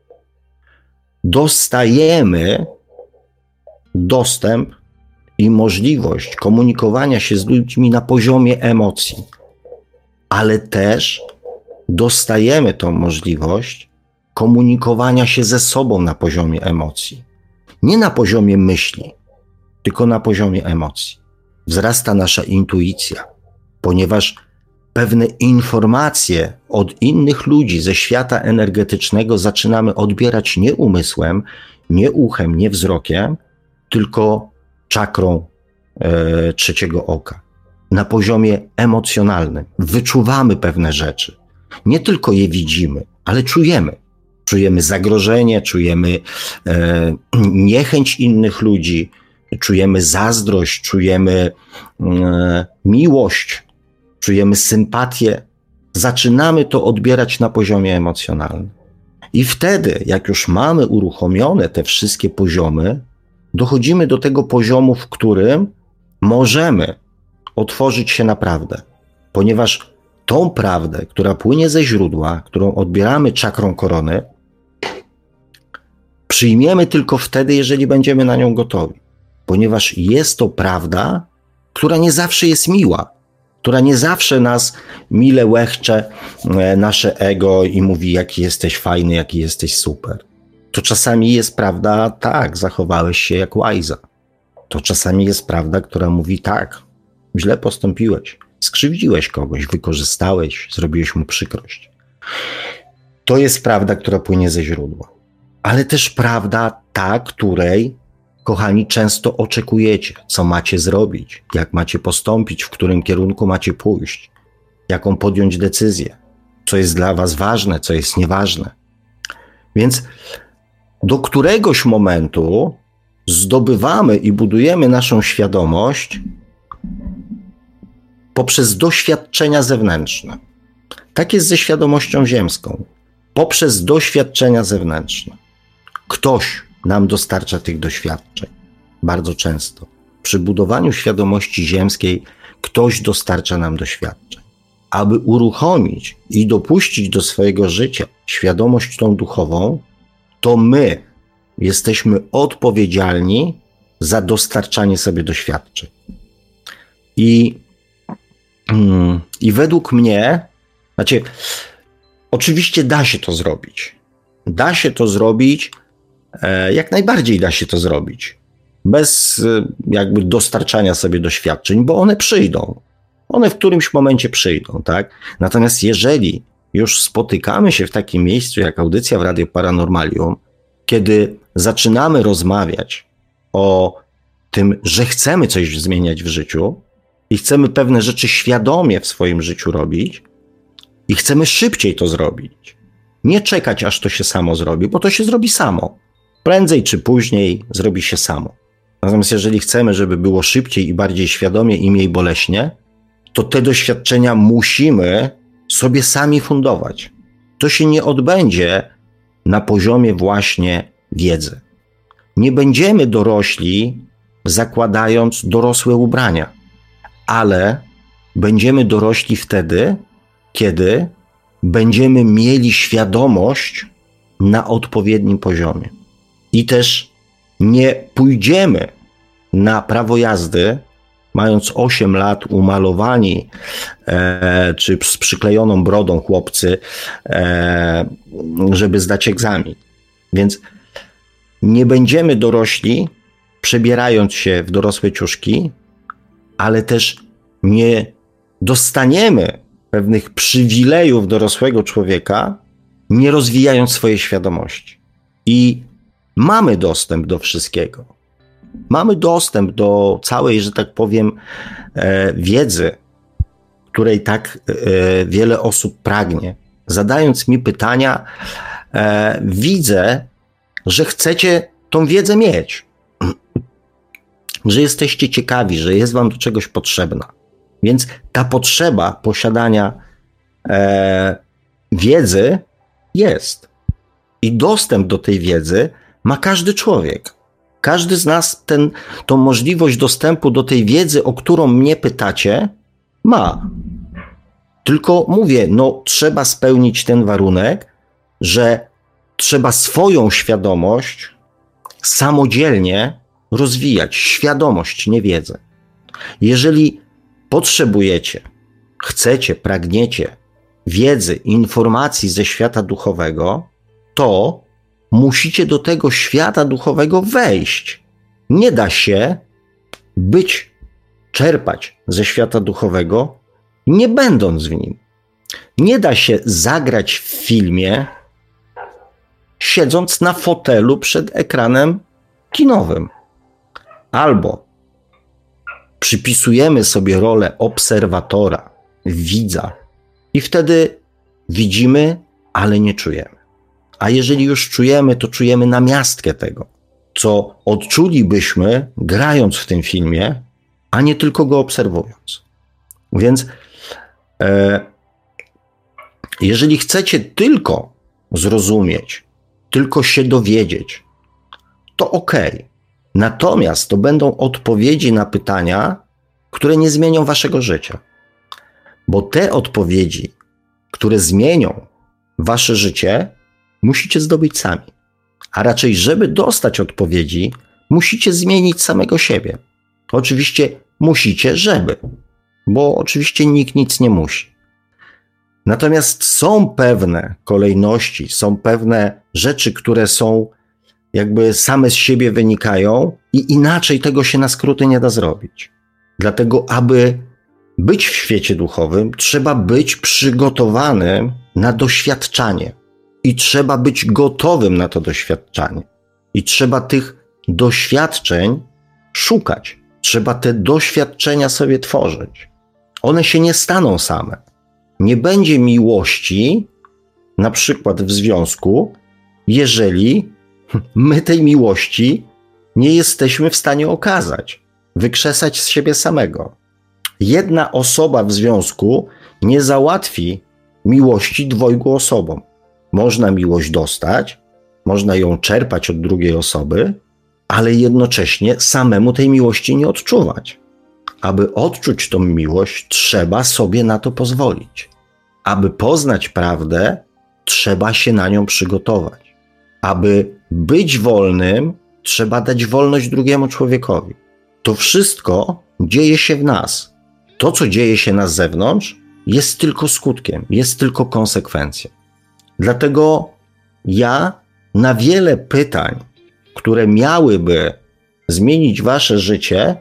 C: Dostajemy dostęp i możliwość komunikowania się z ludźmi na poziomie emocji, ale też dostajemy tą możliwość komunikowania się ze sobą na poziomie emocji. Nie na poziomie myśli, tylko na poziomie emocji. Wzrasta nasza intuicja, ponieważ pewne informacje od innych ludzi ze świata energetycznego zaczynamy odbierać nie umysłem, nie uchem, nie wzrokiem, tylko czakrą e, trzeciego oka. Na poziomie emocjonalnym wyczuwamy pewne rzeczy. Nie tylko je widzimy, ale czujemy. Czujemy zagrożenie, czujemy e, niechęć innych ludzi, czujemy zazdrość, czujemy e, miłość, czujemy sympatię. Zaczynamy to odbierać na poziomie emocjonalnym. I wtedy, jak już mamy uruchomione te wszystkie poziomy, dochodzimy do tego poziomu, w którym możemy otworzyć się na prawdę, ponieważ tą prawdę, która płynie ze źródła, którą odbieramy czakrą korony, przyjmiemy tylko wtedy, jeżeli będziemy na nią gotowi, ponieważ jest to prawda, która nie zawsze jest miła, która nie zawsze nas mile łechcze nasze ego i mówi, jaki jesteś fajny, jaki jesteś super. To czasami jest prawda, tak, zachowałeś się jak łajza. To czasami jest prawda, która mówi, tak, źle postąpiłeś, skrzywdziłeś kogoś, wykorzystałeś, zrobiłeś mu przykrość. To jest prawda, która płynie ze źródła. Ale też prawda ta, której, kochani, często oczekujecie, co macie zrobić, jak macie postąpić, w którym kierunku macie pójść, jaką podjąć decyzję, co jest dla was ważne, co jest nieważne. Więc do któregoś momentu zdobywamy i budujemy naszą świadomość poprzez doświadczenia zewnętrzne. Tak jest ze świadomością ziemską. Poprzez doświadczenia zewnętrzne. Ktoś nam dostarcza tych doświadczeń. Bardzo często. Przy budowaniu świadomości ziemskiej ktoś dostarcza nam doświadczeń. Aby uruchomić i dopuścić do swojego życia świadomość tą duchową, to my jesteśmy odpowiedzialni za dostarczanie sobie doświadczeń. I, i według mnie, znaczy, oczywiście da się to zrobić. Da się to zrobić, jak najbardziej da się to zrobić. Bez jakby dostarczania sobie doświadczeń, bo one przyjdą. One w którymś momencie przyjdą, tak? Natomiast jeżeli już spotykamy się w takim miejscu jak audycja w Radio Paranormalium, kiedy zaczynamy rozmawiać o tym, że chcemy coś zmieniać w życiu i chcemy pewne rzeczy świadomie w swoim życiu robić i chcemy szybciej to zrobić, nie czekać, aż to się samo zrobi, bo to się zrobi samo. Prędzej czy później zrobi się samo. Natomiast jeżeli chcemy, żeby było szybciej i bardziej świadomie i mniej boleśnie, to te doświadczenia musimy sobie sami fundować. To się nie odbędzie na poziomie właśnie wiedzy. Nie będziemy dorośli zakładając dorosłe ubrania, ale będziemy dorośli wtedy, kiedy będziemy mieli świadomość na odpowiednim poziomie. I też nie pójdziemy na prawo jazdy, mając osiem lat, umalowani, e, czy z przyklejoną brodą chłopcy, e, żeby zdać egzamin. Więc nie będziemy dorośli, przebierając się w dorosłe ciuszki, ale też nie dostaniemy pewnych przywilejów dorosłego człowieka, nie rozwijając swojej świadomości. I mamy dostęp do wszystkiego. Mamy dostęp do całej, że tak powiem, e, wiedzy, której tak e, wiele osób pragnie. Zadając mi pytania, e, widzę, że chcecie tą wiedzę mieć. Że jesteście ciekawi, że jest wam do czegoś potrzebna. Więc ta potrzeba posiadania e, wiedzy jest. I dostęp do tej wiedzy ma każdy człowiek. Każdy z nas ten, tą możliwość dostępu do tej wiedzy, o którą mnie pytacie, ma. Tylko mówię, no trzeba spełnić ten warunek, że trzeba swoją świadomość samodzielnie rozwijać. Świadomość, nie wiedzę. Jeżeli potrzebujecie, chcecie, pragniecie wiedzy, informacji ze świata duchowego, to musicie do tego świata duchowego wejść. Nie da się być, czerpać ze świata duchowego, nie będąc w nim. Nie da się zagrać w filmie, siedząc na fotelu przed ekranem kinowym. Albo przypisujemy sobie rolę obserwatora, widza i wtedy widzimy, ale nie czujemy. A jeżeli już czujemy, to czujemy namiastkę tego, co odczulibyśmy grając w tym filmie, a nie tylko go obserwując. Więc e, jeżeli chcecie tylko zrozumieć, tylko się dowiedzieć, to okej. Okay. Natomiast to będą odpowiedzi na pytania, które nie zmienią waszego życia. Bo te odpowiedzi, które zmienią wasze życie, musicie zdobyć sami. A raczej, żeby dostać odpowiedzi, musicie zmienić samego siebie. Oczywiście musicie, żeby, bo oczywiście nikt nic nie musi. Natomiast są pewne kolejności, są pewne rzeczy, które są jakby same z siebie wynikają i inaczej tego się na skróty nie da zrobić. Dlatego, aby być w świecie duchowym, trzeba być przygotowanym na doświadczanie i trzeba być gotowym na to doświadczanie. I trzeba tych doświadczeń szukać. Trzeba te doświadczenia sobie tworzyć. One się nie staną same. Nie będzie miłości, na przykład w związku, jeżeli my tej miłości nie jesteśmy w stanie okazać, wykrzesać z siebie samego. Jedna osoba w związku nie załatwi miłości dwojgu osobom. Można miłość dostać, można ją czerpać od drugiej osoby, ale jednocześnie samemu tej miłości nie odczuwać. Aby odczuć tą miłość, trzeba sobie na to pozwolić. Aby poznać prawdę, trzeba się na nią przygotować. Aby być wolnym, trzeba dać wolność drugiemu człowiekowi. To wszystko dzieje się w nas. To, co dzieje się na zewnątrz, jest tylko skutkiem, jest tylko konsekwencją. Dlatego ja na wiele pytań, które miałyby zmienić wasze życie,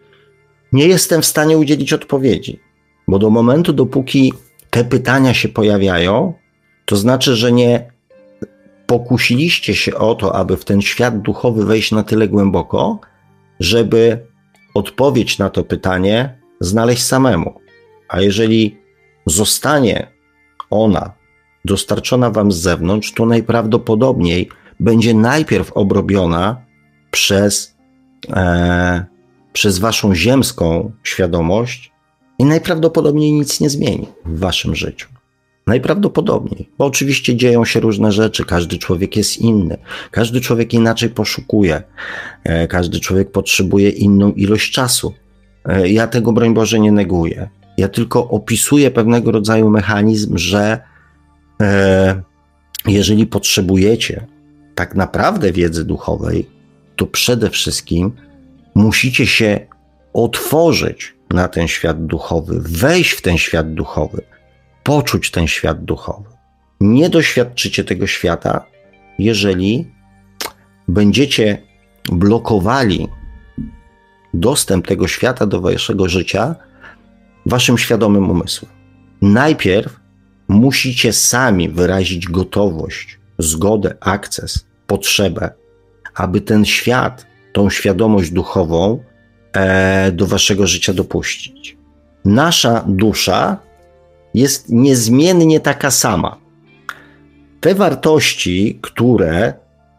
C: nie jestem w stanie udzielić odpowiedzi. Bo do momentu, dopóki te pytania się pojawiają, to znaczy, że nie pokusiliście się o to, aby w ten świat duchowy wejść na tyle głęboko, żeby odpowiedź na to pytanie znaleźć samemu. A jeżeli zostanie ona dostarczona wam z zewnątrz, to najprawdopodobniej będzie najpierw obrobiona przez, e, przez waszą ziemską świadomość i najprawdopodobniej nic nie zmieni w waszym życiu. Najprawdopodobniej, bo oczywiście dzieją się różne rzeczy, każdy człowiek jest inny, każdy człowiek inaczej poszukuje, e, każdy człowiek potrzebuje inną ilość czasu. E, ja tego, broń Boże, nie neguję. Ja tylko opisuję pewnego rodzaju mechanizm, że e, jeżeli potrzebujecie tak naprawdę wiedzy duchowej, to przede wszystkim musicie się otworzyć na ten świat duchowy, wejść w ten świat duchowy, poczuć ten świat duchowy. Nie doświadczycie tego świata, jeżeli będziecie blokowali dostęp tego świata do waszego życia waszym świadomym umysłem. Najpierw musicie sami wyrazić gotowość, zgodę, akces, potrzebę, aby ten świat, tą świadomość duchową e, do waszego życia dopuścić. Nasza dusza jest niezmiennie taka sama. Te wartości, które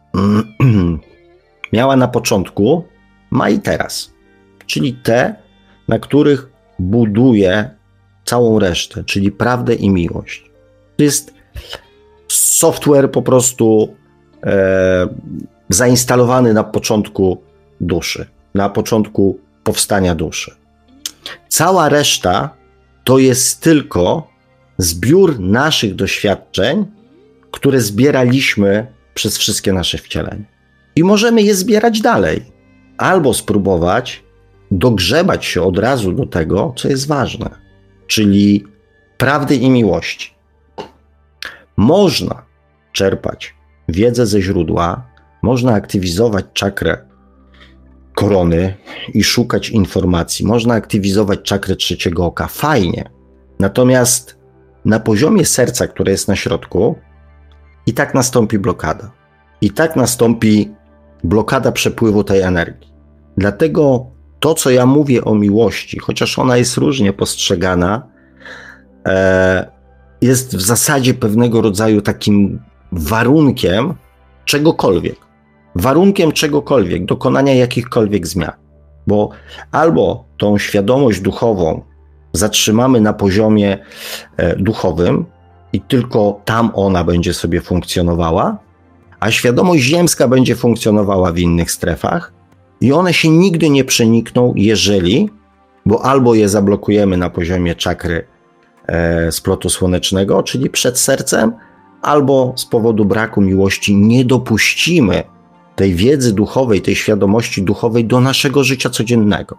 C: miała na początku, ma i teraz. Czyli te, na których buduje całą resztę, czyli prawdę i miłość. To jest software po prostu e, zainstalowany na początku duszy, na początku powstania duszy. Cała reszta to jest tylko zbiór naszych doświadczeń, które zbieraliśmy przez wszystkie nasze wcielenia. I możemy je zbierać dalej. Albo spróbować dogrzebać się od razu do tego, co jest ważne, czyli prawdy i miłości. Można czerpać wiedzę ze źródła, można aktywizować czakrę korony i szukać informacji, można aktywizować czakrę trzeciego oka, fajnie. Natomiast na poziomie serca, które jest na środku, i tak nastąpi blokada. I tak nastąpi blokada przepływu tej energii. Dlatego to, co ja mówię o miłości, chociaż ona jest różnie postrzegana, e, jest w zasadzie pewnego rodzaju takim warunkiem czegokolwiek. Warunkiem czegokolwiek, dokonania jakichkolwiek zmian. Bo albo tą świadomość duchową zatrzymamy na poziomie e, duchowym i tylko tam ona będzie sobie funkcjonowała, a świadomość ziemska będzie funkcjonowała w innych strefach i one się nigdy nie przenikną, jeżeli, bo albo je zablokujemy na poziomie czakry e, splotu słonecznego, czyli przed sercem, albo z powodu braku miłości nie dopuścimy tej wiedzy duchowej, tej świadomości duchowej do naszego życia codziennego.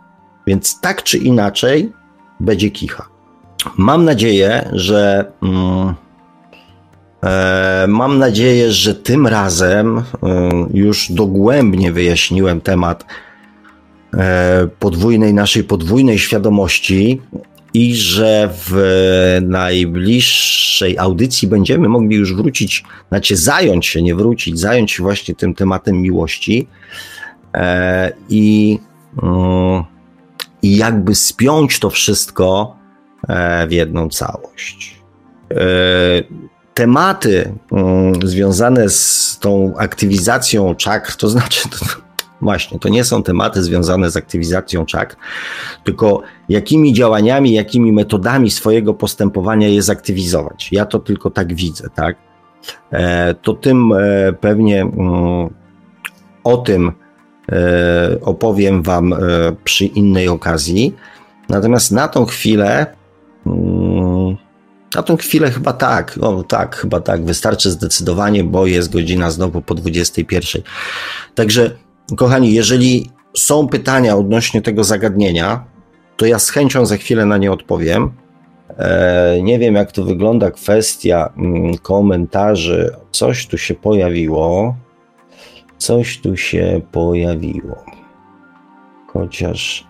C: Więc tak czy inaczej będzie kicha. Mam nadzieję, że mm, e, mam nadzieję, że tym razem e, już dogłębnie wyjaśniłem temat e, podwójnej, naszej podwójnej świadomości i że w najbliższej audycji będziemy mogli już wrócić, znaczy zająć się, nie wrócić, zająć się właśnie tym tematem miłości e, i, mm, i jakby spiąć to wszystko e, w jedną całość. E, tematy mm, związane z tą aktywizacją czakr, to znaczy to, właśnie, to nie są tematy związane z aktywizacją czakr, tylko jakimi działaniami, jakimi metodami swojego postępowania je zaktywizować. Ja to tylko tak widzę, tak? E, to tym e, pewnie mm, o tym e, opowiem wam e, przy innej okazji. Natomiast na tą chwilę mm, na tą chwilę chyba tak, o tak, chyba tak, wystarczy zdecydowanie, bo jest godzina znowu po dwudziestej pierwszej. Także kochani, jeżeli są pytania odnośnie tego zagadnienia, to ja z chęcią za chwilę na nie odpowiem. E, nie wiem, jak to wygląda kwestia mm, komentarzy. Coś tu się pojawiło. Coś tu się pojawiło. Chociaż...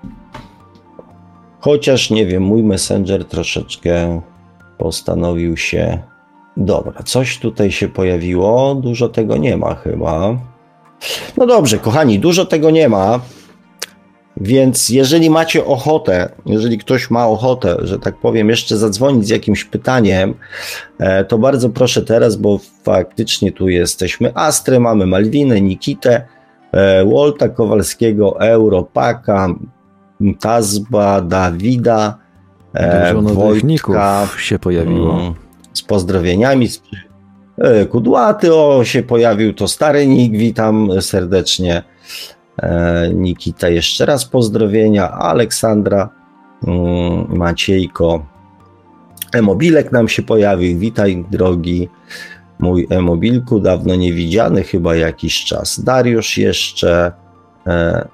C: Chociaż, nie wiem, mój Messenger troszeczkę postanowił się... Dobra, coś tutaj się pojawiło. Dużo tego nie ma chyba. No dobrze, kochani, dużo tego nie ma, więc jeżeli macie ochotę, jeżeli ktoś ma ochotę, że tak powiem, jeszcze zadzwonić z jakimś pytaniem, to bardzo proszę teraz, bo faktycznie tu jesteśmy. Astrę mamy, Malwinę, Nikitę, Wolta Kowalskiego, Europaka, Tazba, Dawida,
B: Dużo
C: Wojtka
B: się pojawiło.
C: Z pozdrowieniami, z Kudłaty, o, się pojawił, to stary Nik, witam serdecznie. E, Nikita, jeszcze raz pozdrowienia. Aleksandra, mm, Maciejko, E-mobilek nam się pojawił, witaj drogi mój E-mobilku, dawno nie widziany, chyba jakiś czas. Dariusz jeszcze. E,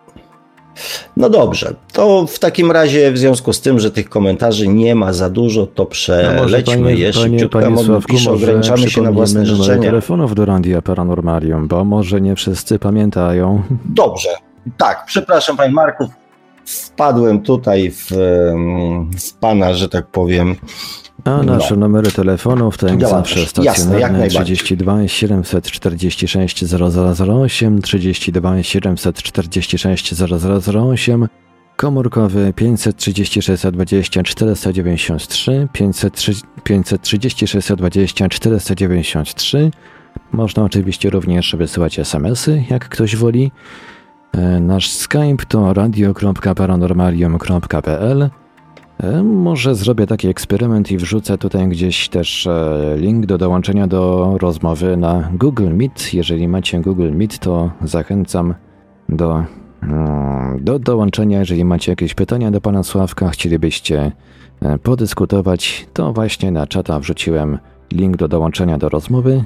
C: No dobrze, to w takim razie w związku z tym, że tych komentarzy nie ma za dużo, to przelećmy no je szybciutko.
B: Panie Sławku,
C: pisze, ograniczamy się na własne życzenia.
B: Telefonów do Radia Paranormalium, bo może nie wszyscy pamiętają.
C: Dobrze, tak, przepraszam Panie Marku, wpadłem tutaj w, w Pana, że tak powiem.
B: A nasze no. numery telefonów to jak
C: Działa
B: zawsze
C: też.
B: stacjonarne
C: Jasne, jak
B: trzydzieści dwa siedemset czterdzieści sześć zero zero zero osiem, trzydzieści dwa siedemset czterdzieści sześć zero zero zero osiem, komórkowy pięćset trzydzieści sześć dwadzieścia czterysta dziewięćdziesiąt trzy, pięćset trzydzieści sześć dwadzieścia czterysta dziewięćdziesiąt trzy. Można oczywiście również wysyłać es em esy, jak ktoś woli. Nasz Skype to radio kropka paranormalium kropka p l. Może zrobię taki eksperyment i wrzucę tutaj gdzieś też link do dołączenia do rozmowy na Google Meet. Jeżeli macie Google Meet, to zachęcam do, do dołączenia. Jeżeli macie jakieś pytania do pana Sławka, chcielibyście podyskutować, to właśnie na czata wrzuciłem link do dołączenia do rozmowy.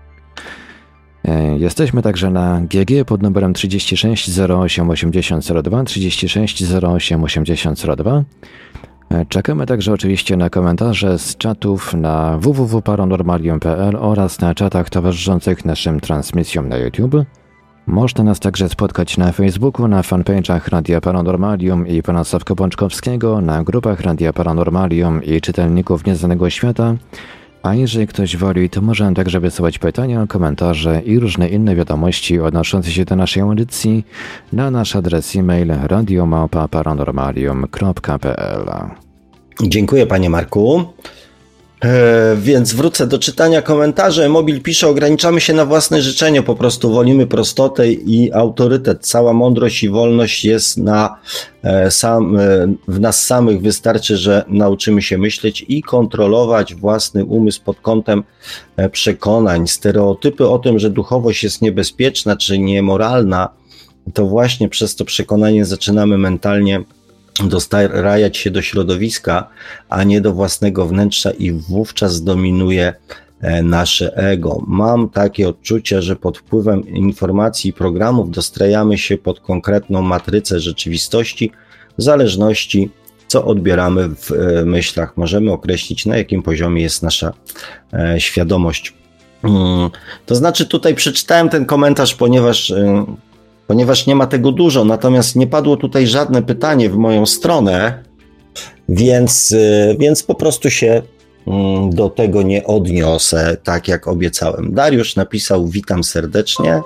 B: Jesteśmy także na G G pod numerem trzydzieści sześć zero osiem osiemdziesiąt zero dwa, trzydzieści sześć zero osiem osiemdziesiąt zero dwa. Czekamy także oczywiście na komentarze z czatów na w w w kropka paranormalium kropka p l oraz na czatach towarzyszących naszym transmisjom na YouTube. Można nas także spotkać na Facebooku, na fanpage'ach Radia Paranormalium i pana Sławka Bączkowskiego, na grupach Radia Paranormalium i czytelników Nieznanego Świata. A jeżeli ktoś woli, to może także wysyłać pytania, komentarze i różne inne wiadomości odnoszące się do naszej audycji na nasz adres e-mail radio małpa paranormalium kropka p l.
C: Dziękuję panie Marku. E, więc wrócę do czytania komentarzy. Mobil pisze, ograniczamy się na własne życzenie, po prostu wolimy prostotę i autorytet. Cała mądrość i wolność jest na, e, sam, e, w nas samych. Wystarczy, że nauczymy się myśleć i kontrolować własny umysł pod kątem e, przekonań. Stereotypy o tym, że duchowość jest niebezpieczna czy niemoralna, to właśnie przez to przekonanie zaczynamy mentalnie dostarajać się do środowiska, a nie do własnego wnętrza i wówczas dominuje nasze ego. Mam takie odczucie, że pod wpływem informacji i programów dostrajamy się pod konkretną matrycę rzeczywistości, w zależności co odbieramy w myślach, możemy określić, na jakim poziomie jest nasza świadomość. To znaczy tutaj przeczytałem ten komentarz, ponieważ, ponieważ nie ma tego dużo, natomiast nie padło tutaj żadne pytanie w moją stronę, więc, więc po prostu się do tego nie odniosę, tak jak obiecałem. Dariusz napisał: witam serdecznie.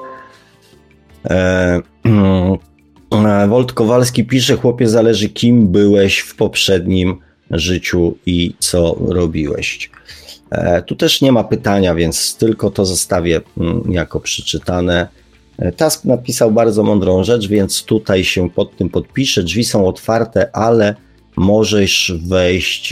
C: Wolt Kowalski pisze: chłopie, zależy kim byłeś w poprzednim życiu i co robiłeś. Tu też nie ma pytania, więc tylko to zostawię jako przeczytane. Task napisał bardzo mądrą rzecz, więc tutaj się pod tym podpiszę. Drzwi są otwarte, ale możesz wejść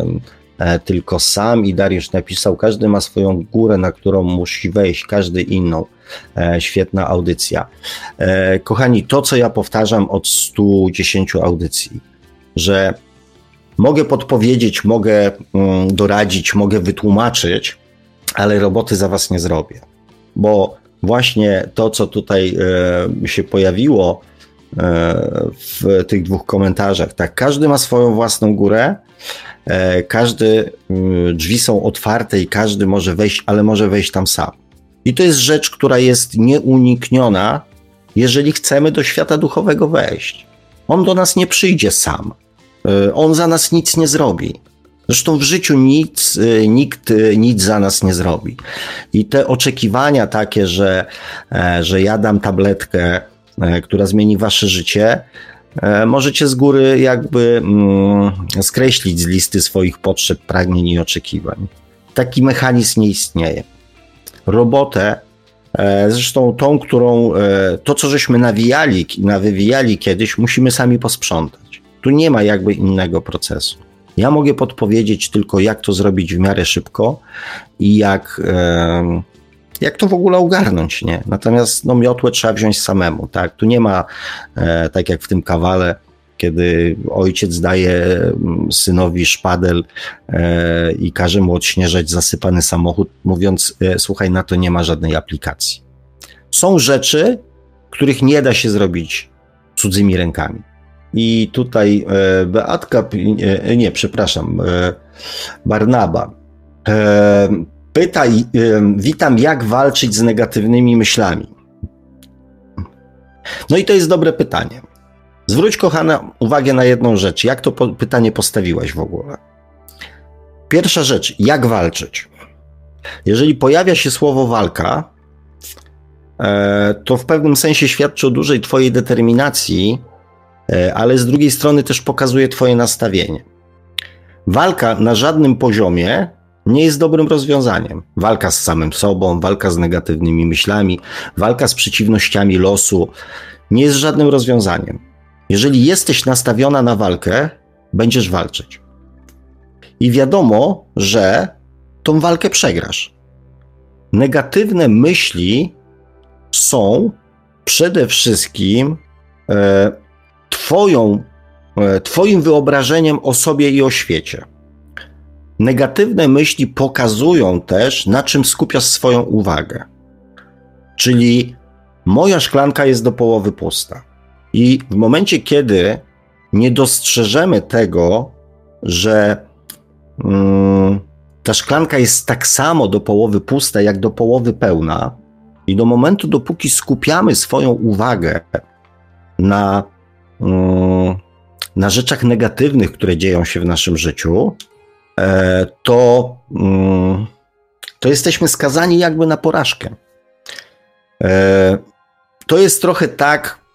C: tylko sam. I Dariusz napisał: każdy ma swoją górę, na którą musi wejść, każdy inną. Świetna audycja. Kochani, to co ja powtarzam od stu dziesięciu audycji, że mogę podpowiedzieć, mogę doradzić, mogę wytłumaczyć, ale roboty za was nie zrobię. Bo właśnie to, co tutaj się pojawiło w tych dwóch komentarzach, tak, każdy ma swoją własną górę, każdy, drzwi są otwarte i każdy może wejść, ale może wejść tam sam. I to jest rzecz, która jest nieunikniona, jeżeli chcemy do świata duchowego wejść. On do nas nie przyjdzie sam. On za nas nic nie zrobi. Zresztą w życiu nic, nikt nic za nas nie zrobi. I te oczekiwania takie, że, że ja dam tabletkę, która zmieni wasze życie, możecie z góry jakby skreślić z listy swoich potrzeb, pragnień i oczekiwań. Taki mechanizm nie istnieje. Robotę, zresztą tą, którą, to co żeśmy nawijali, nawywijali kiedyś, musimy sami posprzątać. Tu nie ma jakby innego procesu. Ja mogę podpowiedzieć tylko, jak to zrobić w miarę szybko i jak, jak to w ogóle ogarnąć, nie? Natomiast no, miotłę trzeba wziąć samemu, tak? Tu nie ma, tak jak w tym kawale, kiedy ojciec daje synowi szpadel e, i każe mu odśnieżać zasypany samochód, mówiąc: e, słuchaj, na to nie ma żadnej aplikacji. Są rzeczy, których nie da się zrobić cudzymi rękami. I tutaj e, Beatka, e, nie, przepraszam, e, Barnaba e, pyta, e, witam, jak walczyć z negatywnymi myślami? No i to jest dobre pytanie. Zwróć, kochana, uwagę na jedną rzecz. Jak to po- pytanie postawiłaś w ogóle? Pierwsza rzecz, jak walczyć? Jeżeli pojawia się słowo walka, e, to w pewnym sensie świadczy o dużej twojej determinacji, e, ale z drugiej strony też pokazuje twoje nastawienie. Walka na żadnym poziomie nie jest dobrym rozwiązaniem. Walka z samym sobą, walka z negatywnymi myślami, walka z przeciwnościami losu nie jest żadnym rozwiązaniem. Jeżeli jesteś nastawiona na walkę, będziesz walczyć. I wiadomo, że tą walkę przegrasz. Negatywne myśli są przede wszystkim e, twoją, e, twoim wyobrażeniem o sobie i o świecie. Negatywne myśli pokazują też, na czym skupiasz swoją uwagę. Czyli moja szklanka jest do połowy pusta. I w momencie, kiedy nie dostrzeżemy tego, że mm, ta szklanka jest tak samo do połowy pusta, jak do połowy pełna, i do momentu, dopóki skupiamy swoją uwagę na, mm, na rzeczach negatywnych, które dzieją się w naszym życiu, e, to, mm, to jesteśmy skazani jakby na porażkę. E, to jest trochę tak,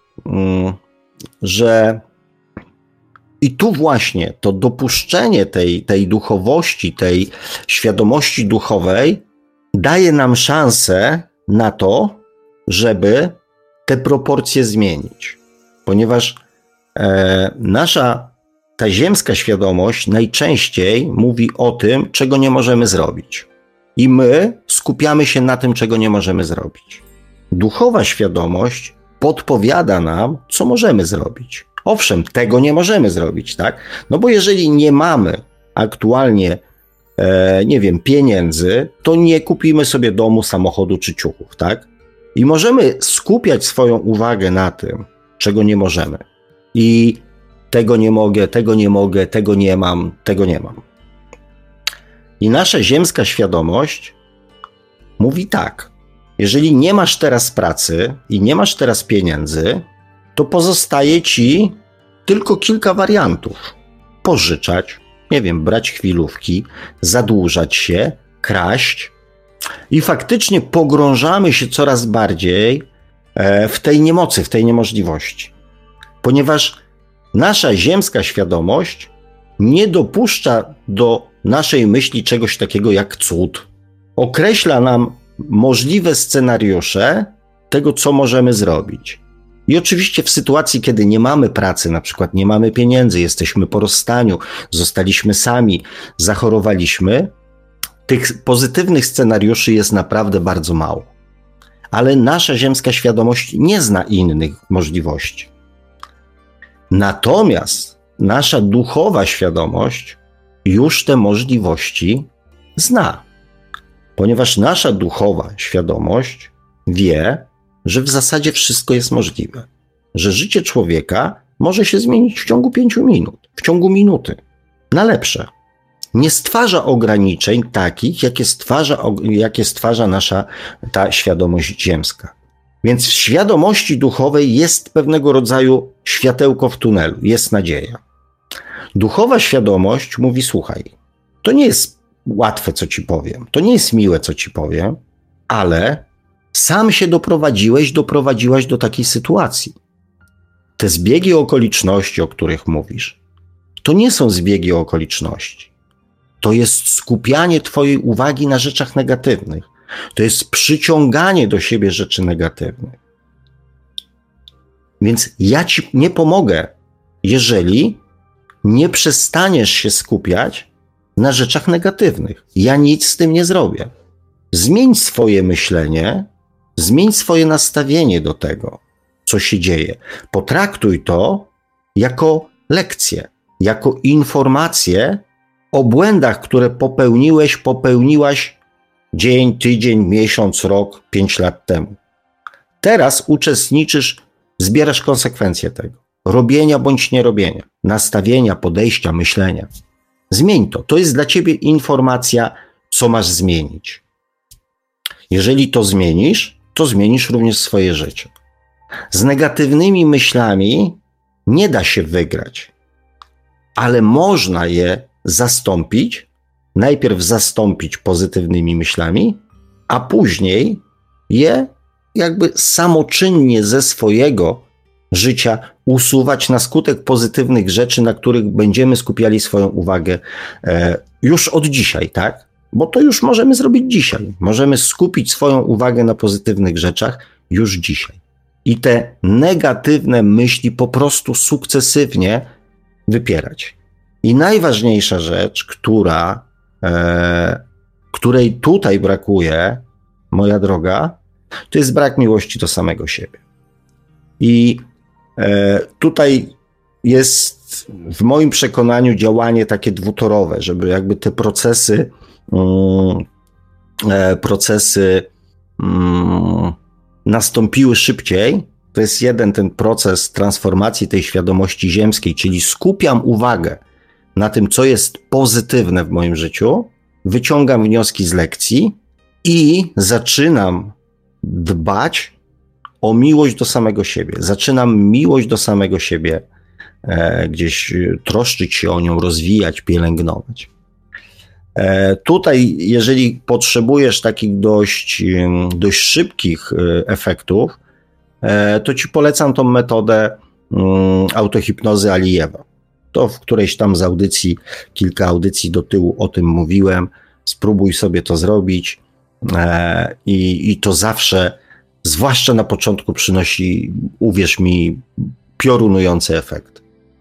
C: że i tu właśnie to dopuszczenie tej, tej duchowości, tej świadomości duchowej daje nam szansę na to, żeby te proporcje zmienić. Ponieważ e, nasza, ta ziemska świadomość najczęściej mówi o tym, czego nie możemy zrobić. I my skupiamy się na tym, czego nie możemy zrobić. Duchowa świadomość podpowiada nam, co możemy zrobić. Owszem, tego nie możemy zrobić, tak? No bo jeżeli nie mamy aktualnie, e, nie wiem, pieniędzy, to nie kupimy sobie domu, samochodu czy ciuchów, tak? I możemy skupiać swoją uwagę na tym, czego nie możemy. I tego nie mogę, tego nie mogę, tego nie mam, tego nie mam. I nasza ziemska świadomość mówi tak, jeżeli nie masz teraz pracy i nie masz teraz pieniędzy, to pozostaje ci tylko kilka wariantów. Pożyczać, nie wiem, brać chwilówki, zadłużać się, kraść i faktycznie pogrążamy się coraz bardziej w tej niemocy, w tej niemożliwości. Ponieważ nasza ziemska świadomość nie dopuszcza do naszej myśli czegoś takiego jak cud. Określa nam możliwe scenariusze tego, co możemy zrobić. I oczywiście w sytuacji, kiedy nie mamy pracy, na przykład nie mamy pieniędzy, jesteśmy po rozstaniu, zostaliśmy sami, zachorowaliśmy, tych pozytywnych scenariuszy jest naprawdę bardzo mało. Ale nasza ziemska świadomość nie zna innych możliwości. Natomiast nasza duchowa świadomość już te możliwości zna. Ponieważ nasza duchowa świadomość wie, że w zasadzie wszystko jest możliwe. Że życie człowieka może się zmienić w ciągu pięciu minut, w ciągu minuty, na lepsze. Nie stwarza ograniczeń takich, jakie stwarza, jakie stwarza nasza ta świadomość ziemska. Więc w świadomości duchowej jest pewnego rodzaju światełko w tunelu, jest nadzieja. Duchowa świadomość mówi, słuchaj, to nie jest łatwe, co ci powiem, to nie jest miłe, co ci powiem, ale sam się doprowadziłeś, doprowadziłaś do takiej sytuacji. Te zbiegi okoliczności, o których mówisz, to nie są zbiegi okoliczności. To jest skupianie twojej uwagi na rzeczach negatywnych. To jest przyciąganie do siebie rzeczy negatywnych. Więc ja ci nie pomogę, jeżeli nie przestaniesz się skupiać na rzeczach negatywnych. Ja nic z tym nie zrobię. Zmień swoje myślenie, zmień swoje nastawienie do tego, co się dzieje. Potraktuj to jako lekcję, jako informację o błędach, które popełniłeś, popełniłaś dzień, tydzień, miesiąc, rok, pięć lat temu. Teraz uczestniczysz, zbierasz konsekwencje tego. Robienia bądź nierobienia, nastawienia, podejścia, myślenia. Zmień to. To jest dla ciebie informacja, co masz zmienić. Jeżeli to zmienisz, to zmienisz również swoje życie. Z negatywnymi myślami nie da się wygrać, ale można je zastąpić, najpierw zastąpić pozytywnymi myślami, a później je jakby samoczynnie ze swojego życia usuwać na skutek pozytywnych rzeczy, na których będziemy skupiali swoją uwagę e, już od dzisiaj, tak? Bo to już możemy zrobić dzisiaj. Możemy skupić swoją uwagę na pozytywnych rzeczach już dzisiaj. I te negatywne myśli po prostu sukcesywnie wypierać. I najważniejsza rzecz, która, e, której tutaj brakuje, moja droga, to jest brak miłości do samego siebie. I e, tutaj jest w moim przekonaniu działanie takie dwutorowe, żeby jakby te procesy, mm, e, procesy mm, nastąpiły szybciej. To jest jeden ten proces transformacji tej świadomości ziemskiej, czyli skupiam uwagę na tym, co jest pozytywne w moim życiu, wyciągam wnioski z lekcji i zaczynam dbać o miłość do samego siebie. Zaczynam miłość do samego siebie e, gdzieś troszczyć się o nią, rozwijać, pielęgnować. E, tutaj, jeżeli potrzebujesz takich dość, dość szybkich efektów, e, to ci polecam tą metodę um, autohipnozy Alijewa. To w którejś tam z audycji, kilka audycji do tyłu o tym mówiłem. Spróbuj sobie to zrobić e, i, i to zawsze, zwłaszcza na początku, przynosi, uwierz mi, piorunujący efekt.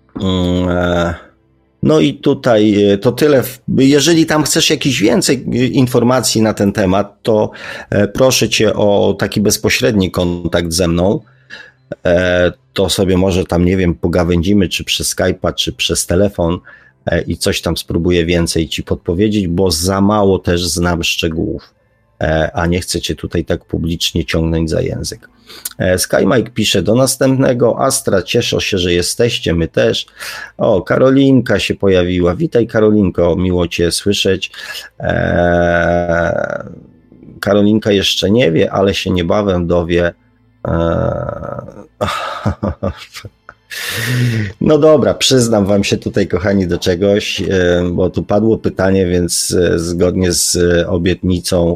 C: E, no i tutaj to tyle. Jeżeli tam chcesz jakiś więcej informacji na ten temat, to e, proszę cię o taki bezpośredni kontakt ze mną. E, to sobie może tam, nie wiem, pogawędzimy, czy przez Skype'a, czy przez telefon e, i coś tam spróbuję więcej ci podpowiedzieć, bo za mało też znam szczegółów. a nie chcę cię tutaj tak publicznie ciągnąć za język. Sky Mike pisze, do następnego Astra, cieszę się, że jesteście, my też. O, Karolinka się pojawiła, witaj Karolinko, miło cię słyszeć. Eee, Karolinka jeszcze nie wie, ale się niebawem dowie. Eee, no dobra, przyznam wam się tutaj, kochani, do czegoś, bo tu padło pytanie, więc zgodnie z obietnicą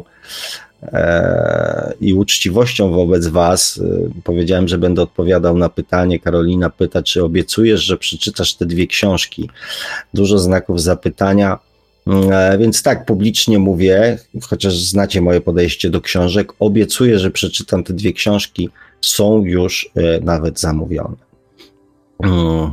C: i uczciwością wobec was powiedziałem, że będę odpowiadał na pytanie. Karolina pyta, czy obiecujesz, że przeczytasz te dwie książki? Dużo znaków zapytania, więc tak, publicznie mówię, chociaż znacie moje podejście do książek, obiecuję, że przeczytam te dwie książki, są już nawet zamówione. Hmm.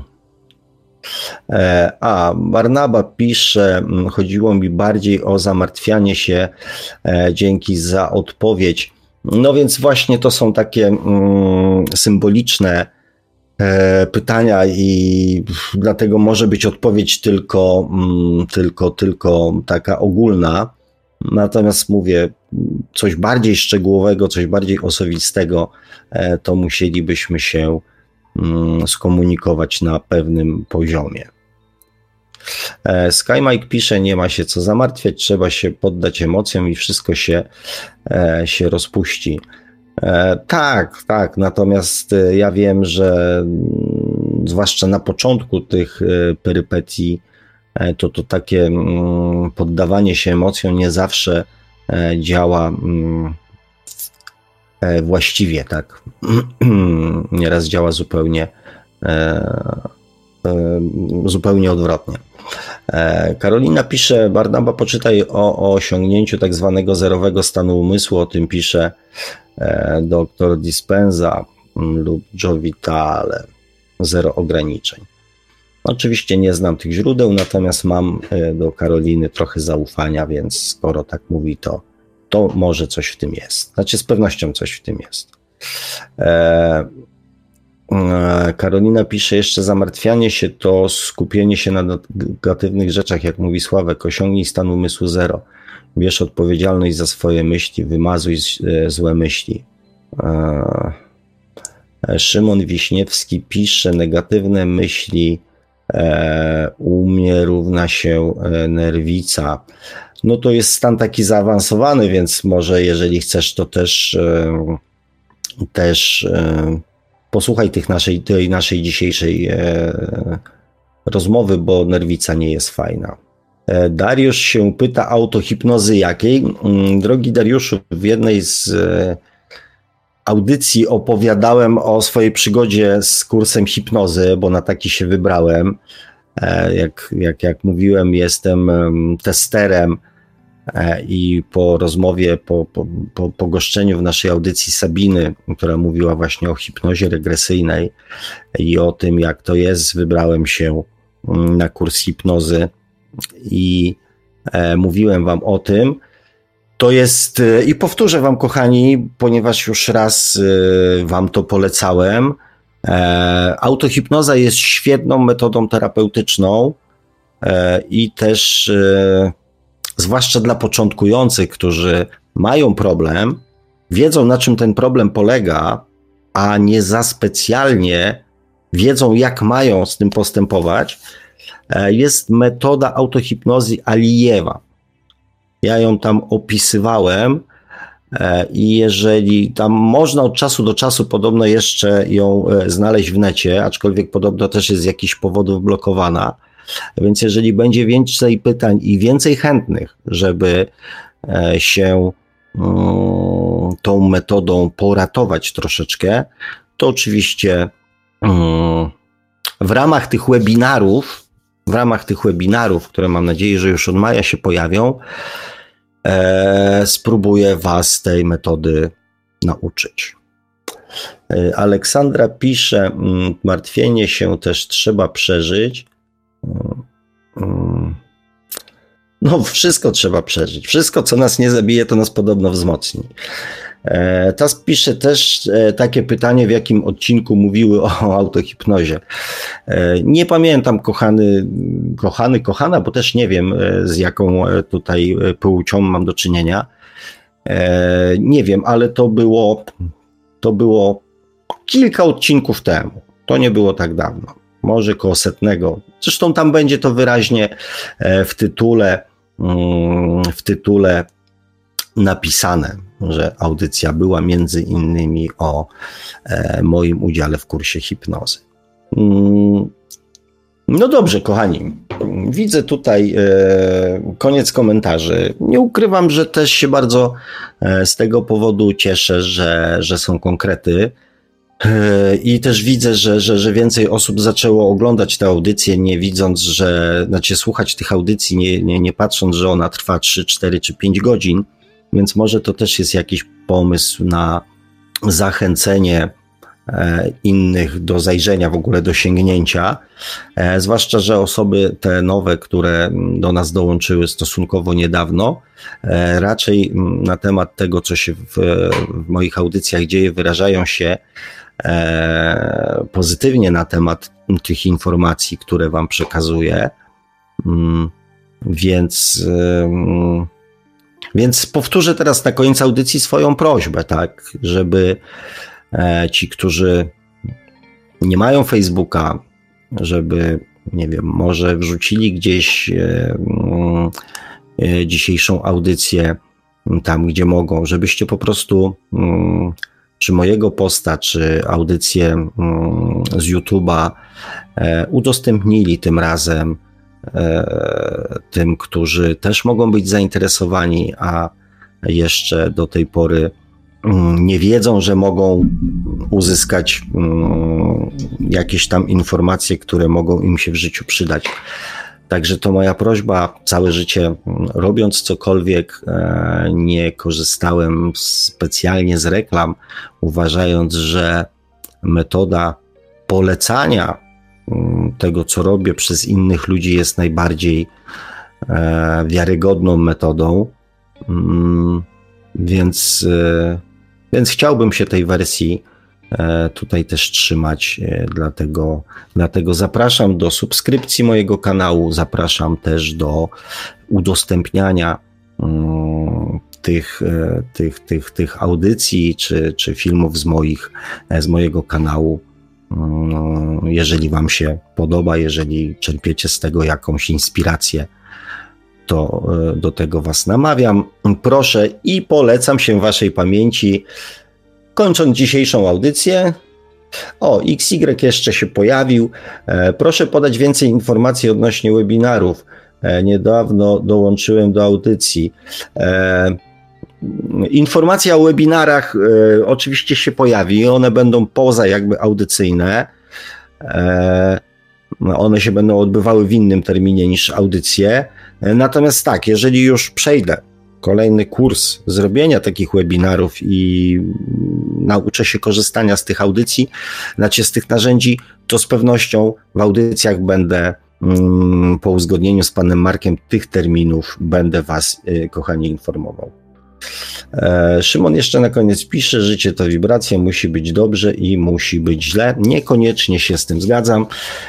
C: A, Barnaba pisze, chodziło mi bardziej o zamartwianie się, dzięki za odpowiedź. No więc właśnie to są takie mm, symboliczne e, pytania i dlatego może być odpowiedź tylko, mm, tylko, tylko taka ogólna. Natomiast mówię, coś bardziej szczegółowego, coś bardziej osobistego, e, to musielibyśmy się skomunikować na pewnym poziomie. Sky Mike pisze, nie ma się co zamartwiać, trzeba się poddać emocjom i wszystko się, się rozpuści. Tak, tak, natomiast ja wiem, że zwłaszcza na początku tych perypetii to, to takie poddawanie się emocjom nie zawsze działa właściwie, tak. Nieraz działa zupełnie zupełnie odwrotnie. Karolina pisze, Barnaba, poczytaj o, o osiągnięciu tak zwanego zerowego stanu umysłu, o tym pisze doktor Dispenza lub Joe Vitale, zero ograniczeń. Oczywiście nie znam tych źródeł, natomiast mam do Karoliny trochę zaufania, więc skoro tak mówi, to to może coś w tym jest. Znaczy z pewnością coś w tym jest. E, e, Karolina pisze jeszcze, zamartwianie się to skupienie się na negatywnych rzeczach, jak mówi Sławek, osiągnij stan umysłu zero. Bierz odpowiedzialność za swoje myśli, wymazuj z, e, złe myśli. E, Szymon Wiśniewski pisze, negatywne myśli e, u mnie równa się e, nerwica. No to jest stan taki zaawansowany, więc może jeżeli chcesz, to też, e, też e, posłuchaj tych naszej, tej naszej dzisiejszej e, rozmowy, bo nerwica nie jest fajna. E, Dariusz się pyta, autohipnozy jakiej? Drogi Dariuszu, w jednej z e, audycji opowiadałem o swojej przygodzie z kursem hipnozy, bo na taki się wybrałem. E, jak, jak, jak mówiłem, jestem testerem i po rozmowie, po, po, po, po goszczeniu w naszej audycji Sabiny, która mówiła właśnie o hipnozie regresyjnej i o tym, jak to jest, wybrałem się na kurs hipnozy i e, mówiłem wam o tym. To jest, i powtórzę wam, kochani, ponieważ już raz e, wam to polecałem, e, autohipnoza jest świetną metodą terapeutyczną e, i też e, zwłaszcza dla początkujących, którzy mają problem, wiedzą, na czym ten problem polega, a nie za specjalnie wiedzą, jak mają z tym postępować, jest metoda autohipnozy Alijewa. Ja ją tam opisywałem i jeżeli tam można od czasu do czasu podobno jeszcze ją znaleźć w necie, aczkolwiek podobno też jest z jakichś powodów blokowana, więc jeżeli będzie więcej pytań i więcej chętnych, żeby się tą metodą poratować troszeczkę, to oczywiście w ramach tych webinarów, w ramach tych webinarów, które mam nadzieję, że już od maja się pojawią, spróbuję was tej metody nauczyć. Aleksandra pisze, martwienie się też trzeba przeżyć. No, wszystko trzeba przeżyć. Wszystko, co nas nie zabije, to nas podobno wzmocni. Tas pisze też takie pytanie, w jakim odcinku mówiły o autohipnozie. Nie pamiętam, kochany, kochany, kochana, bo też nie wiem, z jaką tutaj płcią mam do czynienia. Nie wiem, ale to było, to było kilka odcinków temu. To nie było tak dawno. Może koło setnego. Zresztą tam będzie to wyraźnie w tytule, w tytule napisane, że audycja była między innymi o moim udziale w kursie hipnozy. No dobrze, kochani, widzę tutaj e, koniec komentarzy. Nie ukrywam, że też się bardzo e, z tego powodu cieszę, że, że są konkrety e, i też widzę, że, że, że więcej osób zaczęło oglądać tę audycję, nie widząc, że, znaczy słuchać tych audycji, nie, nie, nie patrząc, że ona trwa trzy, cztery czy pięć godzin, więc może to też jest jakiś pomysł na zachęcenie innych do zajrzenia, w ogóle do sięgnięcia, e, zwłaszcza, że osoby te nowe, które do nas dołączyły stosunkowo niedawno, e, raczej na temat tego, co się w, w moich audycjach dzieje, wyrażają się e, pozytywnie na temat tych informacji, które wam przekazuję, mm, więc mm, więc powtórzę teraz na koniec audycji swoją prośbę, tak, żeby ci, którzy nie mają Facebooka, żeby, nie wiem, może wrzucili gdzieś e, e, dzisiejszą audycję tam, gdzie mogą, żebyście po prostu m, czy mojego posta, czy audycję m, z YouTube'a e, udostępnili tym razem e, tym, którzy też mogą być zainteresowani, a jeszcze do tej pory nie wiedzą, że mogą uzyskać jakieś tam informacje, które mogą im się w życiu przydać. Także to moja prośba. Całe życie robiąc cokolwiek nie korzystałem specjalnie z reklam, uważając, że metoda polecania tego, co robię przez innych ludzi jest najbardziej wiarygodną metodą. Więc Więc chciałbym się tej wersji tutaj też trzymać, dlatego, dlatego zapraszam do subskrypcji mojego kanału, zapraszam też do udostępniania tych, tych, tych, tych audycji czy, czy filmów z, moich, z mojego kanału, jeżeli wam się podoba, jeżeli czerpiecie z tego jakąś inspirację, to do tego was namawiam. Proszę i polecam się waszej pamięci, kończąc dzisiejszą audycję. O, X Y jeszcze się pojawił. Proszę podać więcej informacji odnośnie webinarów. Niedawno dołączyłem do audycji. Informacja o webinarach oczywiście się pojawi. One będą poza jakby audycyjne. One się będą odbywały w innym terminie niż audycje. Natomiast tak, jeżeli już przejdę kolejny kurs zrobienia takich webinarów i nauczę się korzystania z tych audycji, znaczy z tych narzędzi, to z pewnością w audycjach będę mm, po uzgodnieniu z panem Markiem tych terminów będę was, y, kochani, informował. E, Szymon jeszcze na koniec pisze, życie to wibracja, musi być dobrze i musi być źle. Niekoniecznie się z tym zgadzam.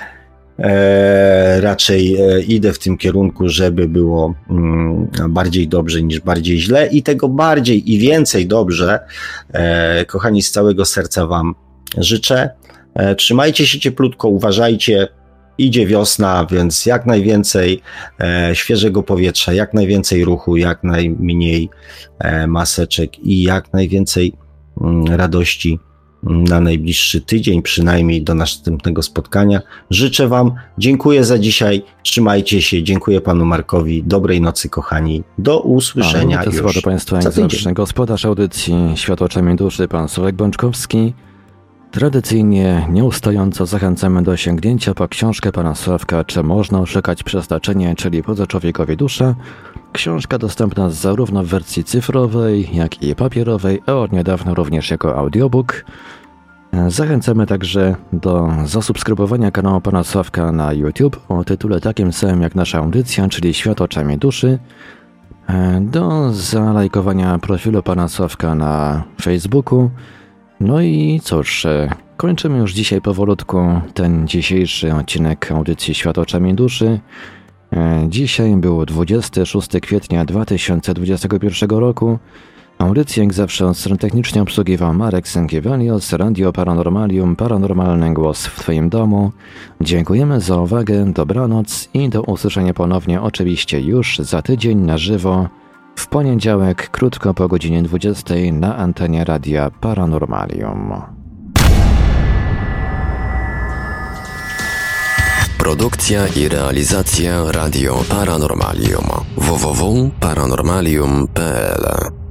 C: E, raczej e, idę w tym kierunku, żeby było mm, bardziej dobrze niż bardziej źle i tego bardziej i więcej dobrze, e, kochani, z całego serca wam życzę. E, trzymajcie się cieplutko, uważajcie, idzie wiosna, więc jak najwięcej e, świeżego powietrza, jak najwięcej ruchu, jak najmniej e, maseczek i jak najwięcej mm, radości na najbliższy tydzień, przynajmniej do następnego spotkania. Życzę wam, dziękuję za dzisiaj, trzymajcie się, dziękuję panu Markowi, dobrej nocy, kochani, do usłyszenia.
B: A, już do państwa egzotyczny gospodarz audycji Świat oczami duszy, pan Sławek Bączkowski. Tradycyjnie, nieustająco zachęcamy do sięgnięcia po książkę pana Sławka Czy można oszukać przeznaczenie, czyli Pozaczłowiekowi dusza. Książka dostępna zarówno w wersji cyfrowej, jak i papierowej, a od niedawna również jako audiobook. Zachęcamy także do zasubskrybowania kanału pana Sławka na YouTube o tytule takim samym jak nasza audycja, czyli Świat oczami duszy. Do zalajkowania profilu pana Sławka na Facebooku. No i cóż, kończymy już dzisiaj powolutku ten dzisiejszy odcinek audycji Świat oczami duszy. Dzisiaj było dwudziestego szóstego kwietnia dwa tysiące dwudziestego pierwszego roku. Audycję jak zawsze od strony technicznie obsługiwał Marek Sękiewelios, Radio Paranormalium, Paranormalny Głos w Twoim domu. Dziękujemy za uwagę, dobranoc i do usłyszenia ponownie oczywiście już za tydzień na żywo, w poniedziałek krótko po godzinie dwudziestej na antenie Radia Paranormalium.
A: Produkcja i realizacja Radio Paranormalium. w w w kropka paranormalium kropka p l